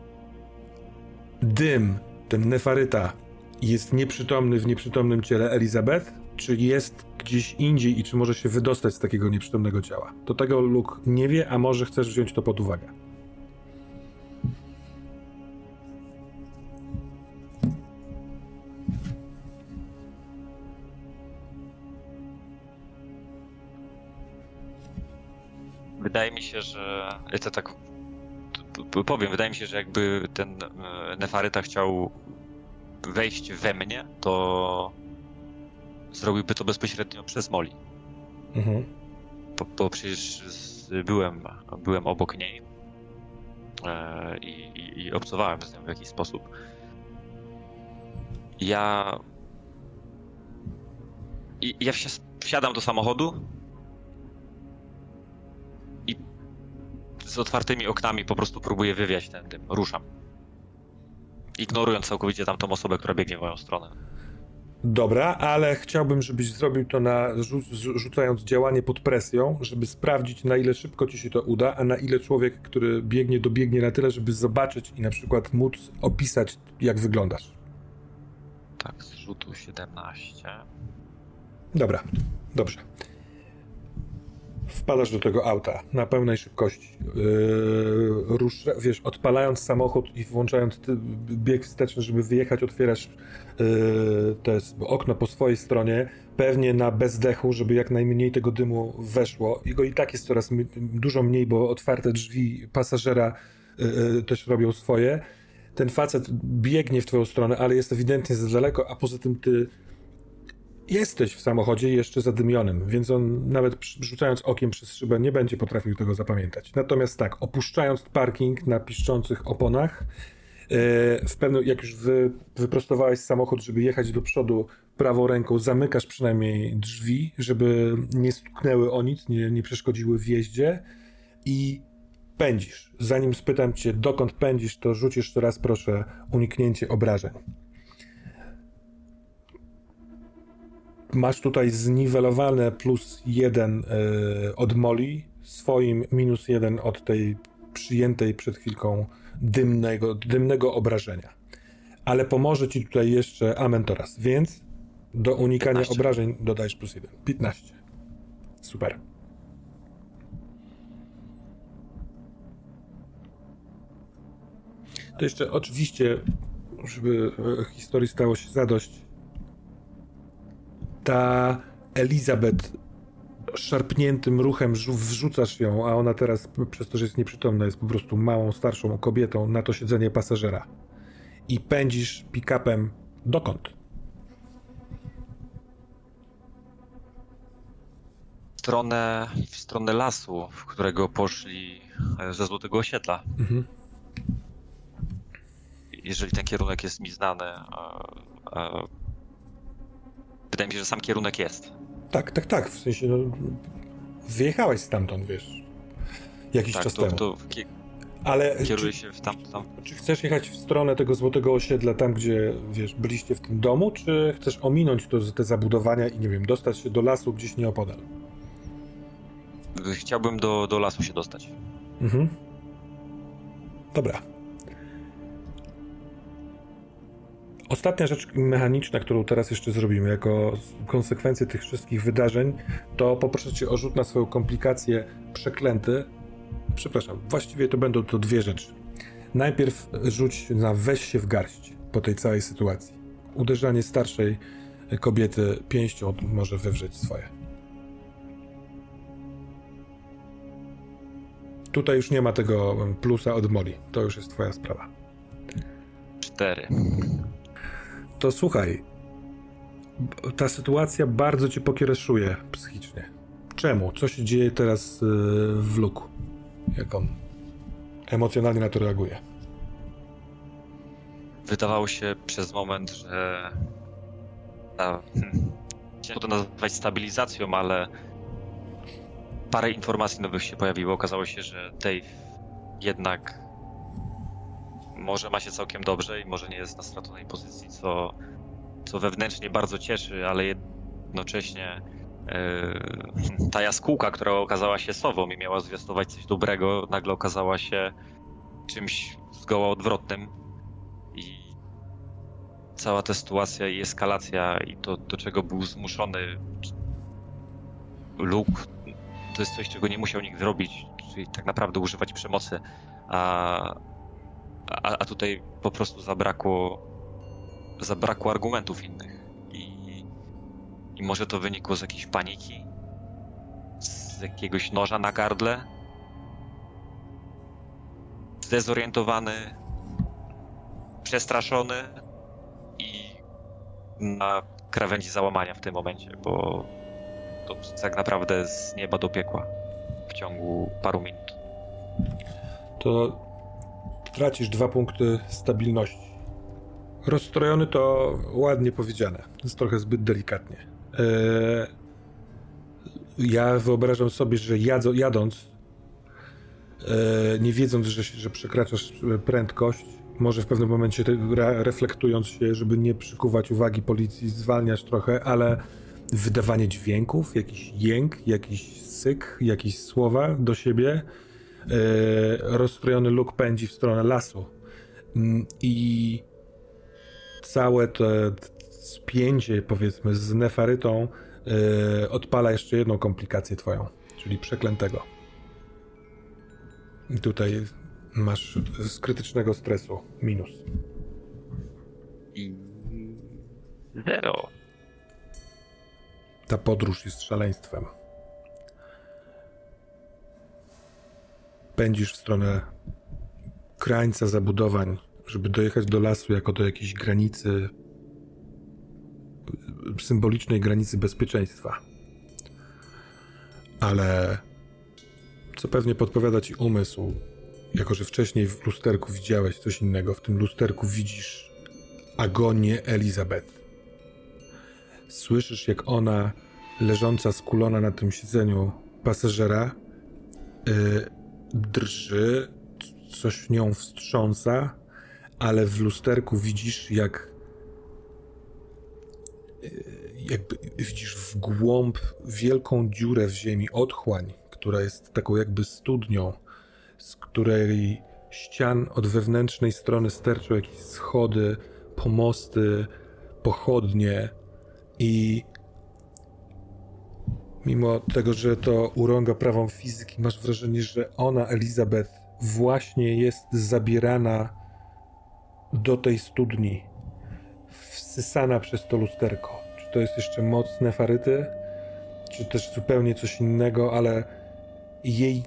dym, ten nefaryta, jest nieprzytomny w nieprzytomnym ciele Elizabeth, czy jest gdzieś indziej i czy może się wydostać z takiego nieprzytomnego ciała. To tego Luke nie wie, a może chcesz wziąć to pod uwagę. Wydaje mi się, że... To tak powiem, wydaje mi się, że jakby ten nefaryta chciał wejść we mnie, to zrobiłby to bezpośrednio przez Molly. Mhm. Bo przecież byłem obok niej i obcowałem z nią w jakiś sposób. Ja wsiadam do samochodu i z otwartymi oknami po prostu próbuję wywiać ten dym. Ruszam. Ignorując całkowicie tamtą osobę, która biegnie w moją stronę. Dobra, ale chciałbym, żebyś zrobił to rzucając działanie pod presją, żeby sprawdzić, na ile szybko ci się to uda, a na ile człowiek, który biegnie, dobiegnie na tyle, żeby zobaczyć i na przykład móc opisać, jak wyglądasz. Tak, z rzutu 17. Dobra, dobrze. Wpadasz do tego auta na pełnej szybkości. Wiesz, odpalając samochód i włączając bieg wsteczny, żeby wyjechać, otwierasz okno po swojej stronie, pewnie na bezdechu, żeby jak najmniej tego dymu weszło. Jego i tak jest coraz dużo mniej, bo otwarte drzwi pasażera też robią swoje. Ten facet biegnie w twoją stronę, ale jest ewidentnie za daleko, a poza tym ty jesteś w samochodzie jeszcze zadymionym, więc on nawet rzucając okiem przez szybę nie będzie potrafił tego zapamiętać. Natomiast tak, opuszczając parking na piszczących oponach, jak już wyprostowałeś samochód, żeby jechać do przodu prawą ręką, zamykasz przynajmniej drzwi, żeby nie stuknęły o nic, nie przeszkodziły w jeździe i pędzisz. Zanim spytam cię, dokąd pędzisz, to rzuć jeszcze raz, proszę, uniknięcie obrażeń. Masz tutaj zniwelowane +1 od Molly, swoim -1 od tej przyjętej przed chwilką dymnego obrażenia. Ale pomoże ci tutaj jeszcze Amentoras, więc do unikania 15. obrażeń dodajesz +1. 15. Super. To jeszcze oczywiście, żeby historii stało się zadość, ta Elizabeth szarpniętym ruchem wrzucasz ją, a ona teraz, przez to, że jest nieprzytomna, jest po prostu małą, starszą kobietą na to siedzenie pasażera. I pędzisz pick-upem dokąd? W stronę lasu, w którego poszli ze Złotego Osiedla. Mhm. Jeżeli ten kierunek jest mi znany, wydaje mi się, że sam kierunek jest. Tak. W sensie, wyjechałeś stamtąd, wiesz, jakiś czas temu. Ale kieruję się w tam. Czy chcesz jechać w stronę tego Złotego Osiedla, tam gdzie, wiesz, byliście w tym domu, czy chcesz ominąć te zabudowania i, nie wiem, dostać się do lasu gdzieś nieopodal? Chciałbym do lasu się dostać. Mhm. Dobra. Ostatnia rzecz mechaniczna, którą teraz jeszcze zrobimy jako konsekwencję tych wszystkich wydarzeń, to poproszę cię o rzut na swoją komplikację przeklęty. Przepraszam, właściwie to będą to dwie rzeczy. Najpierw rzuć na weź się w garść po tej całej sytuacji. Uderzanie starszej kobiety pięścią może wywrzeć swoje. Tutaj już nie ma tego plusa od Molly. To już jest twoja sprawa. 4. To słuchaj, ta sytuacja bardzo cię pokiereszuje psychicznie. Czemu? Co się dzieje teraz w Luke'u? Jak on emocjonalnie na to reaguje? Wydawało się przez moment, że ciężko to nazwać stabilizacją, ale parę informacji nowych się pojawiło. Okazało się, że Dave jednak może ma się całkiem dobrze i może nie jest na straconej pozycji, co wewnętrznie bardzo cieszy, ale jednocześnie ta jaskółka, która okazała się sową i miała zwiastować coś dobrego, nagle okazała się czymś zgoła odwrotnym. I cała ta sytuacja i eskalacja i to, do czego był zmuszony Luke, to jest coś, czego nie musiał nikt zrobić, czyli tak naprawdę używać przemocy, a tutaj po prostu zabrakło argumentów innych i może to wynikło z jakiejś paniki, z jakiegoś noża na gardle, zdezorientowany, przestraszony i na krawędzi załamania w tym momencie, bo to tak naprawdę z nieba do piekła w ciągu paru minut. To tracisz 2 punkty stabilności. Rozstrojony to ładnie powiedziane. Jest trochę zbyt delikatnie. Ja wyobrażam sobie, że jadąc, nie wiedząc, że przekraczasz prędkość, może w pewnym momencie reflektując się, żeby nie przykuwać uwagi policji, zwalniasz trochę, ale wydawanie dźwięków, jakiś jęk, jakiś syk, jakieś słowa do siebie, rozstrojony Luke pędzi w stronę lasu i całe to spięcie, powiedzmy, z Nefarytą odpala jeszcze jedną komplikację twoją, czyli przeklętego. I tutaj masz z krytycznego stresu minus. I 0. Ta podróż jest szaleństwem. Pędzisz w stronę krańca zabudowań, żeby dojechać do lasu jako do jakiejś granicy, symbolicznej granicy bezpieczeństwa. Ale co pewnie podpowiada ci umysł, jako że wcześniej w lusterku widziałeś coś innego, w tym lusterku widzisz agonię Elizabeth. Słyszysz, jak ona, leżąca skulona na tym siedzeniu pasażera, drży, coś nią wstrząsa, ale w lusterku widzisz, jakby widzisz w głąb wielką dziurę w ziemi, otchłań, która jest taką jakby studnią, z której ścian od wewnętrznej strony sterczą jakieś schody, pomosty, pochodnie i mimo tego, że to urąga prawom fizyki, masz wrażenie, że ona, Elizabeth, właśnie jest zabierana do tej studni, wsysana przez to lusterko. Czy to jest jeszcze moc Nefaryty, czy też zupełnie coś innego, ale jej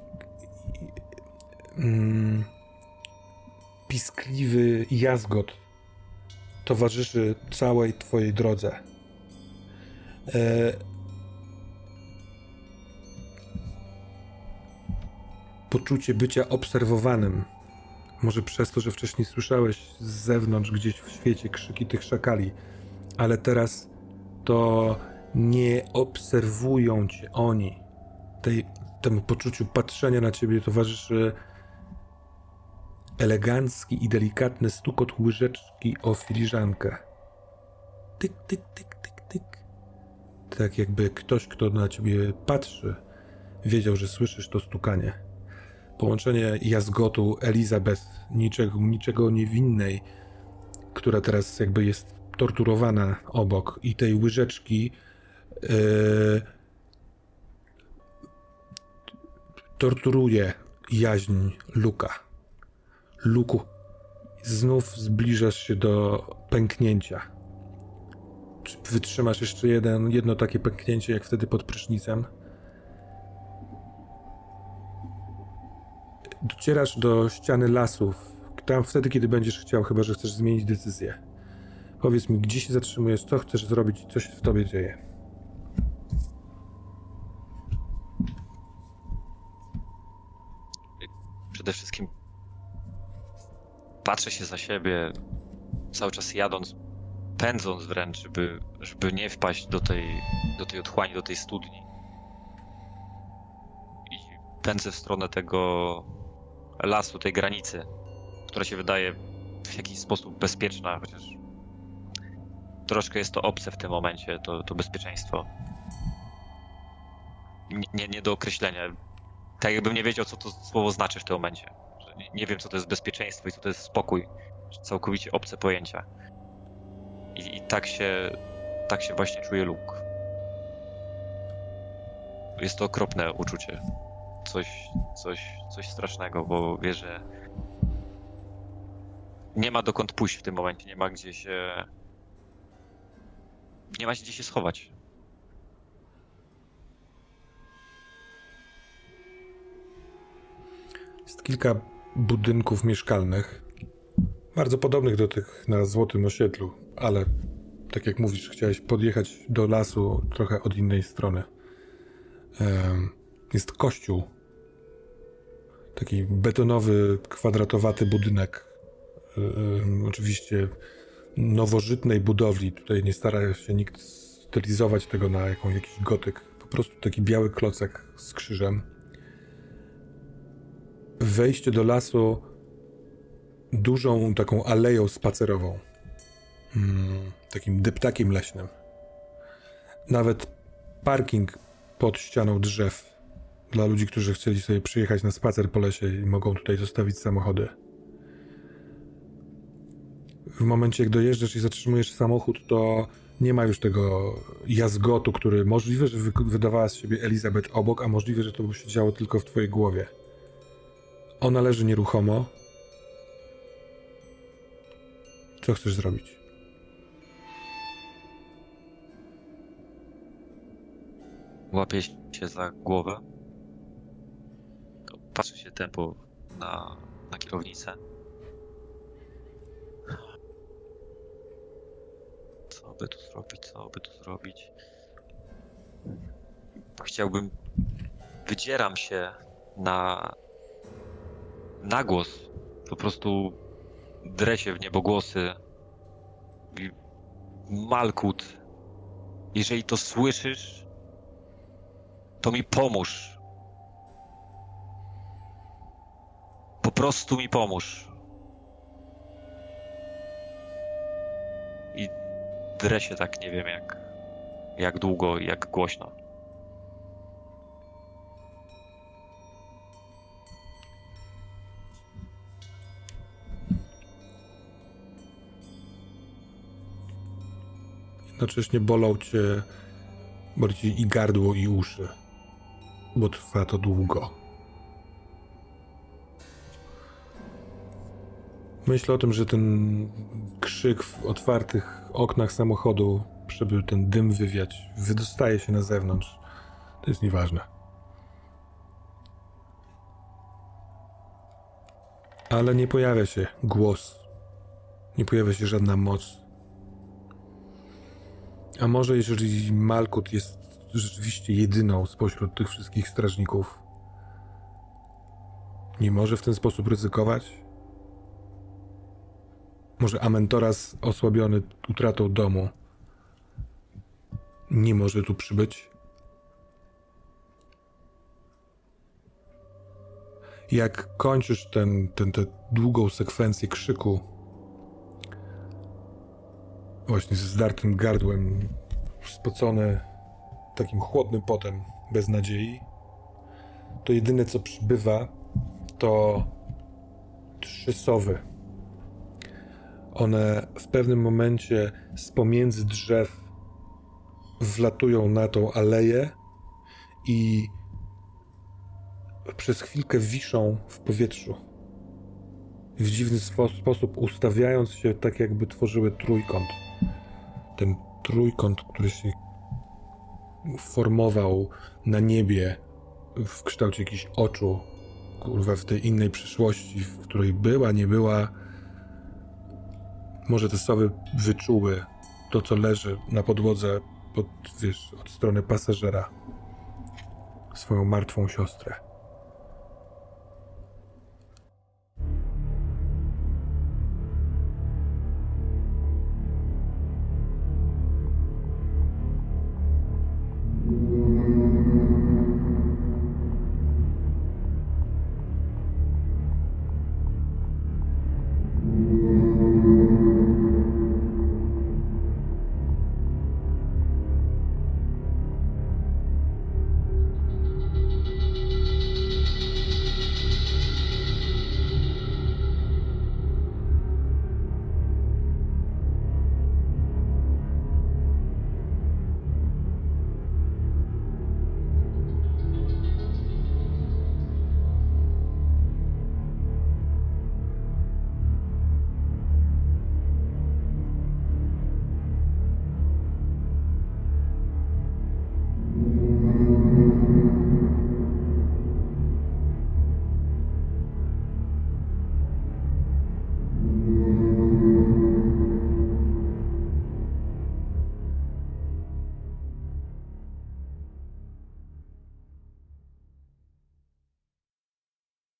piskliwy jazgot towarzyszy całej twojej drodze. Poczucie bycia obserwowanym, może przez to, że wcześniej słyszałeś z zewnątrz gdzieś w świecie krzyki tych szakali, ale teraz to nie obserwują cię oni. Temu poczuciu patrzenia na ciebie towarzyszy elegancki i delikatny stukot łyżeczki o filiżankę. Tyk, tyk, tyk, tyk, tyk. Tak jakby ktoś, kto na ciebie patrzy, wiedział, że słyszysz to stukanie. Połączenie jazgotu Elizabeth, niczego niewinnej, która teraz jakby jest torturowana obok, i tej łyżeczki torturuje jaźń Luke'a. Luke'u, Znów zbliżasz się do pęknięcia. Czy wytrzymasz jeszcze jedno takie pęknięcie, jak wtedy pod prysznicem? Docierasz do ściany lasów. Tam wtedy, kiedy będziesz chciał, chyba że chcesz zmienić decyzję. Powiedz mi, gdzie się zatrzymujesz, co chcesz zrobić i co się w tobie dzieje. Przede wszystkim patrzę się za siebie, cały czas jadąc, pędząc wręcz, żeby nie wpaść do tej otchłani, do tej studni. I pędzę w stronę tego lasu, tej granicy, która się wydaje w jakiś sposób bezpieczna, chociaż troszkę jest to obce w tym momencie, to bezpieczeństwo. Nie do określenia. Tak jakbym nie wiedział, co to słowo znaczy w tym momencie. Że nie wiem, co to jest bezpieczeństwo i co to jest spokój. Całkowicie obce pojęcia. I tak się właśnie czuje Luke. Jest to okropne uczucie. Coś strasznego, bo wie, że nie ma dokąd pójść w tym momencie, nie ma gdzie się schować. Jest kilka budynków mieszkalnych, bardzo podobnych do tych na Złotym Osiedlu, ale tak jak mówisz, chciałeś podjechać do lasu trochę od innej strony. Jest kościół, taki betonowy, kwadratowaty budynek, oczywiście nowożytnej budowli. Tutaj nie stara się nikt stylizować tego na jakiś gotyk, po prostu taki biały klocek z krzyżem. Wejście do lasu dużą taką aleją spacerową, takim deptakiem leśnym. Nawet parking pod ścianą drzew dla ludzi, którzy chcieli sobie przyjechać na spacer po lesie i mogą tutaj zostawić samochody. W momencie, jak dojeżdżasz i zatrzymujesz samochód, to nie ma już tego jazgotu, który możliwe, że wydawała z siebie Elizabeth obok, a możliwe, że to się działo tylko w twojej głowie. Ona leży nieruchomo. Co chcesz zrobić? Łapię się za głowę. Patrzę się tempo na kierownicę. Co by tu zrobić? Chciałbym... Wydzieram się na głos. Po prostu drę się w niebogłosy. Malkut, jeżeli to słyszysz, to mi pomóż. Po prostu mi pomóż. I drę się tak, nie wiem jak długo i jak głośno. Jednocześnie boli cię i gardło, i uszy, bo trwa to długo. Myślę o tym, że ten krzyk w otwartych oknach samochodu, żeby ten dym wywiać, wydostaje się na zewnątrz. To jest nieważne. Ale nie pojawia się głos. Nie pojawia się żadna moc. A może jeżeli Malkut jest rzeczywiście jedyną spośród tych wszystkich strażników, nie może w ten sposób ryzykować? Może Amentoras, osłabiony utratą domu, nie może tu przybyć? Jak kończysz tę długą sekwencję krzyku, właśnie ze zdartym gardłem, spocony takim chłodnym potem, bez nadziei, to jedyne co przybywa to 3 sowy. One w pewnym momencie z pomiędzy drzew wlatują na tą aleję i przez chwilkę wiszą w powietrzu. w dziwny sposób ustawiając się tak, jakby tworzyły trójkąt. Ten trójkąt, który się formował na niebie w kształcie jakichś oczu, kurwa, w tej innej przyszłości, w której była, nie była. Może te sowy wyczuły to, co leży na podłodze od strony pasażera. Swoją martwą siostrę.